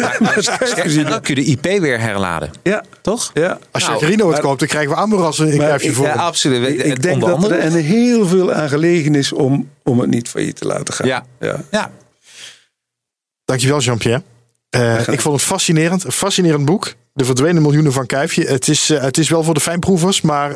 Dan kun je de IP weer herladen. Ja. Toch? Ja. Als je Gerino het koopt, dan krijgen we aanberassen in Kuifje voor. Ja, absoluut. Ik denk dat er heel veel aan gelegen is om het niet failliet te laten gaan. Ja. Dankjewel, Jean-Pierre. Ik vond het fascinerend. Een fascinerend boek. De verdwenen miljoenen van Kuifje. Het is wel voor de fijnproevers. Maar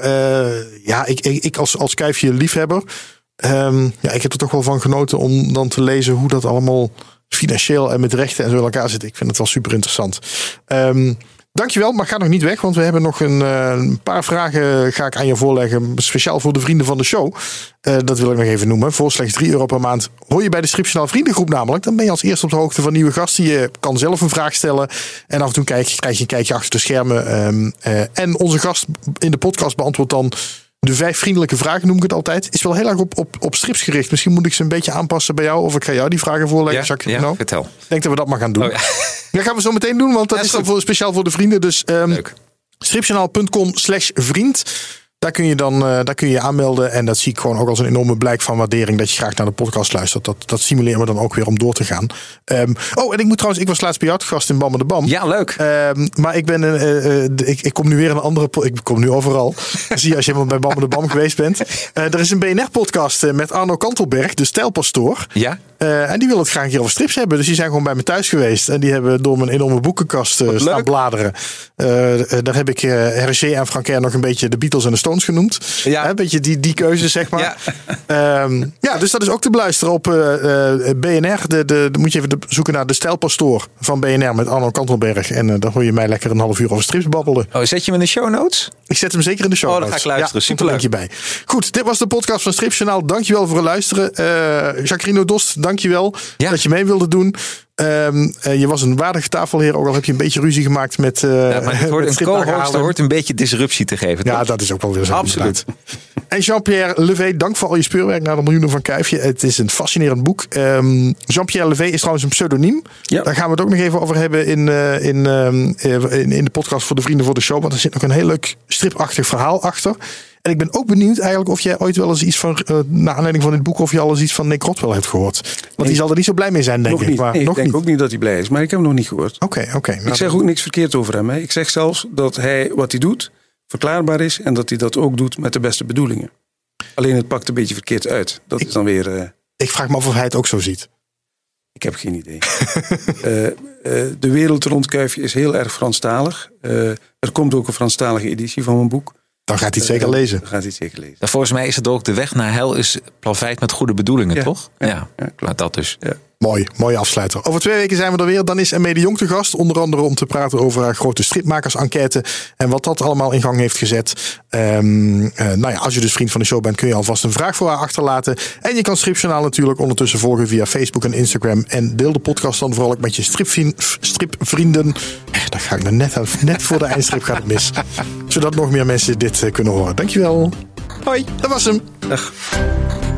ik als Kuifje liefhebber. Ik heb er toch wel van genoten om dan te lezen hoe dat allemaal financieel en met rechten en zo in elkaar zit. Ik vind het wel super interessant. Dankjewel, maar ga nog niet weg, want we hebben nog een paar vragen ga ik aan je voorleggen. Speciaal voor de vrienden van de show. Dat wil ik nog even noemen. Voor slechts €3 per maand hoor je bij de Stripjournaal Vriendengroep namelijk. Dan ben je als eerste op de hoogte van nieuwe gasten. Je kan zelf een vraag stellen. En af en toe krijg je een kijkje achter de schermen. En onze gast in de podcast beantwoordt dan de 5 vriendelijke vragen, noem ik het altijd. Is wel heel erg op strips gericht. Misschien moet ik ze een beetje aanpassen bij jou. Of ik ga jou die vragen voorleggen. Ja, vertel. Ik denk dat we dat maar gaan doen. Oh, ja. Dat gaan we zo meteen doen, want dat is dan speciaal voor de vrienden. Dus stripjournaal.com/vriend. Daar kun je aanmelden. En dat zie ik gewoon ook als een enorme blijk van waardering. Dat je graag naar de podcast luistert. Dat stimuleert me dan ook weer om door te gaan. En ik was laatst bij jou te gast in Bam de Bam. Ja, leuk. Maar ik kom nu weer in een andere... Ik kom nu overal. Zie je als je helemaal bij Bam de Bam geweest bent. Er is een BNR-podcast met Arno Kantelberg, de stijlpastoor. Ja. En die wil het graag een keer over strips hebben. Dus die zijn gewoon bij me thuis geweest. En die hebben door mijn enorme boekenkast staan bladeren. Daar heb ik Hergé en Franquin nog een beetje de Beatles en de Stones genoemd. Ja. Een beetje die keuze, zeg maar. Ja. Dus dat is ook te beluisteren op BNR. Dan moet je even zoeken naar de stijlpastoor van BNR met Arno Kantelberg. En dan hoor je mij lekker een half uur over strips babbelen. Oh, zet je hem in de show notes? Ik zet hem zeker in de show notes. Dan ga ik luisteren. Ja, superleuk je bij. Goed, dit was de podcast van Stripjournaal. Dankjewel voor het luisteren. Jacqueline Dost, dankjewel dat je mee wilde doen. Je was een waardige tafelheer, ook al heb je een beetje ruzie gemaakt met maar een co-host hoort een beetje disruptie te geven. Ja, toch? dat is ook wel weer zo. Absoluut. En Jean-Pierre Levé, dank voor al je speurwerk naar de miljoenen van Kuifje. Het is een fascinerend boek. Jean-Pierre Levé is trouwens een pseudoniem. Ja. Daar gaan we het ook nog even over hebben in de podcast voor de vrienden voor de show. Want er zit nog een heel leuk stripachtig verhaal achter. En ik ben ook benieuwd eigenlijk of jij ooit wel eens iets van, naar aanleiding van dit boek, of je al eens iets van Nick Rothwell hebt gehoord. Want die zal er niet zo blij mee zijn, denk ik. Maar ik denk ook niet dat hij blij is, maar ik heb hem nog niet gehoord. Oké. Ik zeg ook niks verkeerd over hem. Hè. Ik zeg zelfs dat wat hij doet verklaarbaar is en dat hij dat ook doet met de beste bedoelingen. Alleen het pakt een beetje verkeerd uit. Dat is dan weer... Ik vraag me af of hij het ook zo ziet. Ik heb geen idee. De wereld rond Kuifje is heel erg Franstalig. Er komt ook een Franstalige editie van mijn boek. Dan gaat hij het zeker lezen. Volgens mij is het ook de weg naar hel is plaveid met goede bedoelingen, toch? Ja, maar dat dus. Ja. Mooi afsluiter. Over 2 weken zijn we er weer. Dan is Emme de Jong te gast. Onder andere om te praten over haar grote stripmakers-enquête. En wat dat allemaal in gang heeft gezet. Als je dus vriend van de show bent, kun je alvast een vraag voor haar achterlaten. En je kan Stripjournaal natuurlijk ondertussen volgen via Facebook en Instagram. En deel de podcast dan vooral ook met je stripvrienden. Dan ga ik net voor de eindstrip gaat het mis. Zodat nog meer mensen dit kunnen horen. Dankjewel. Hoi. Dat was hem. Dag.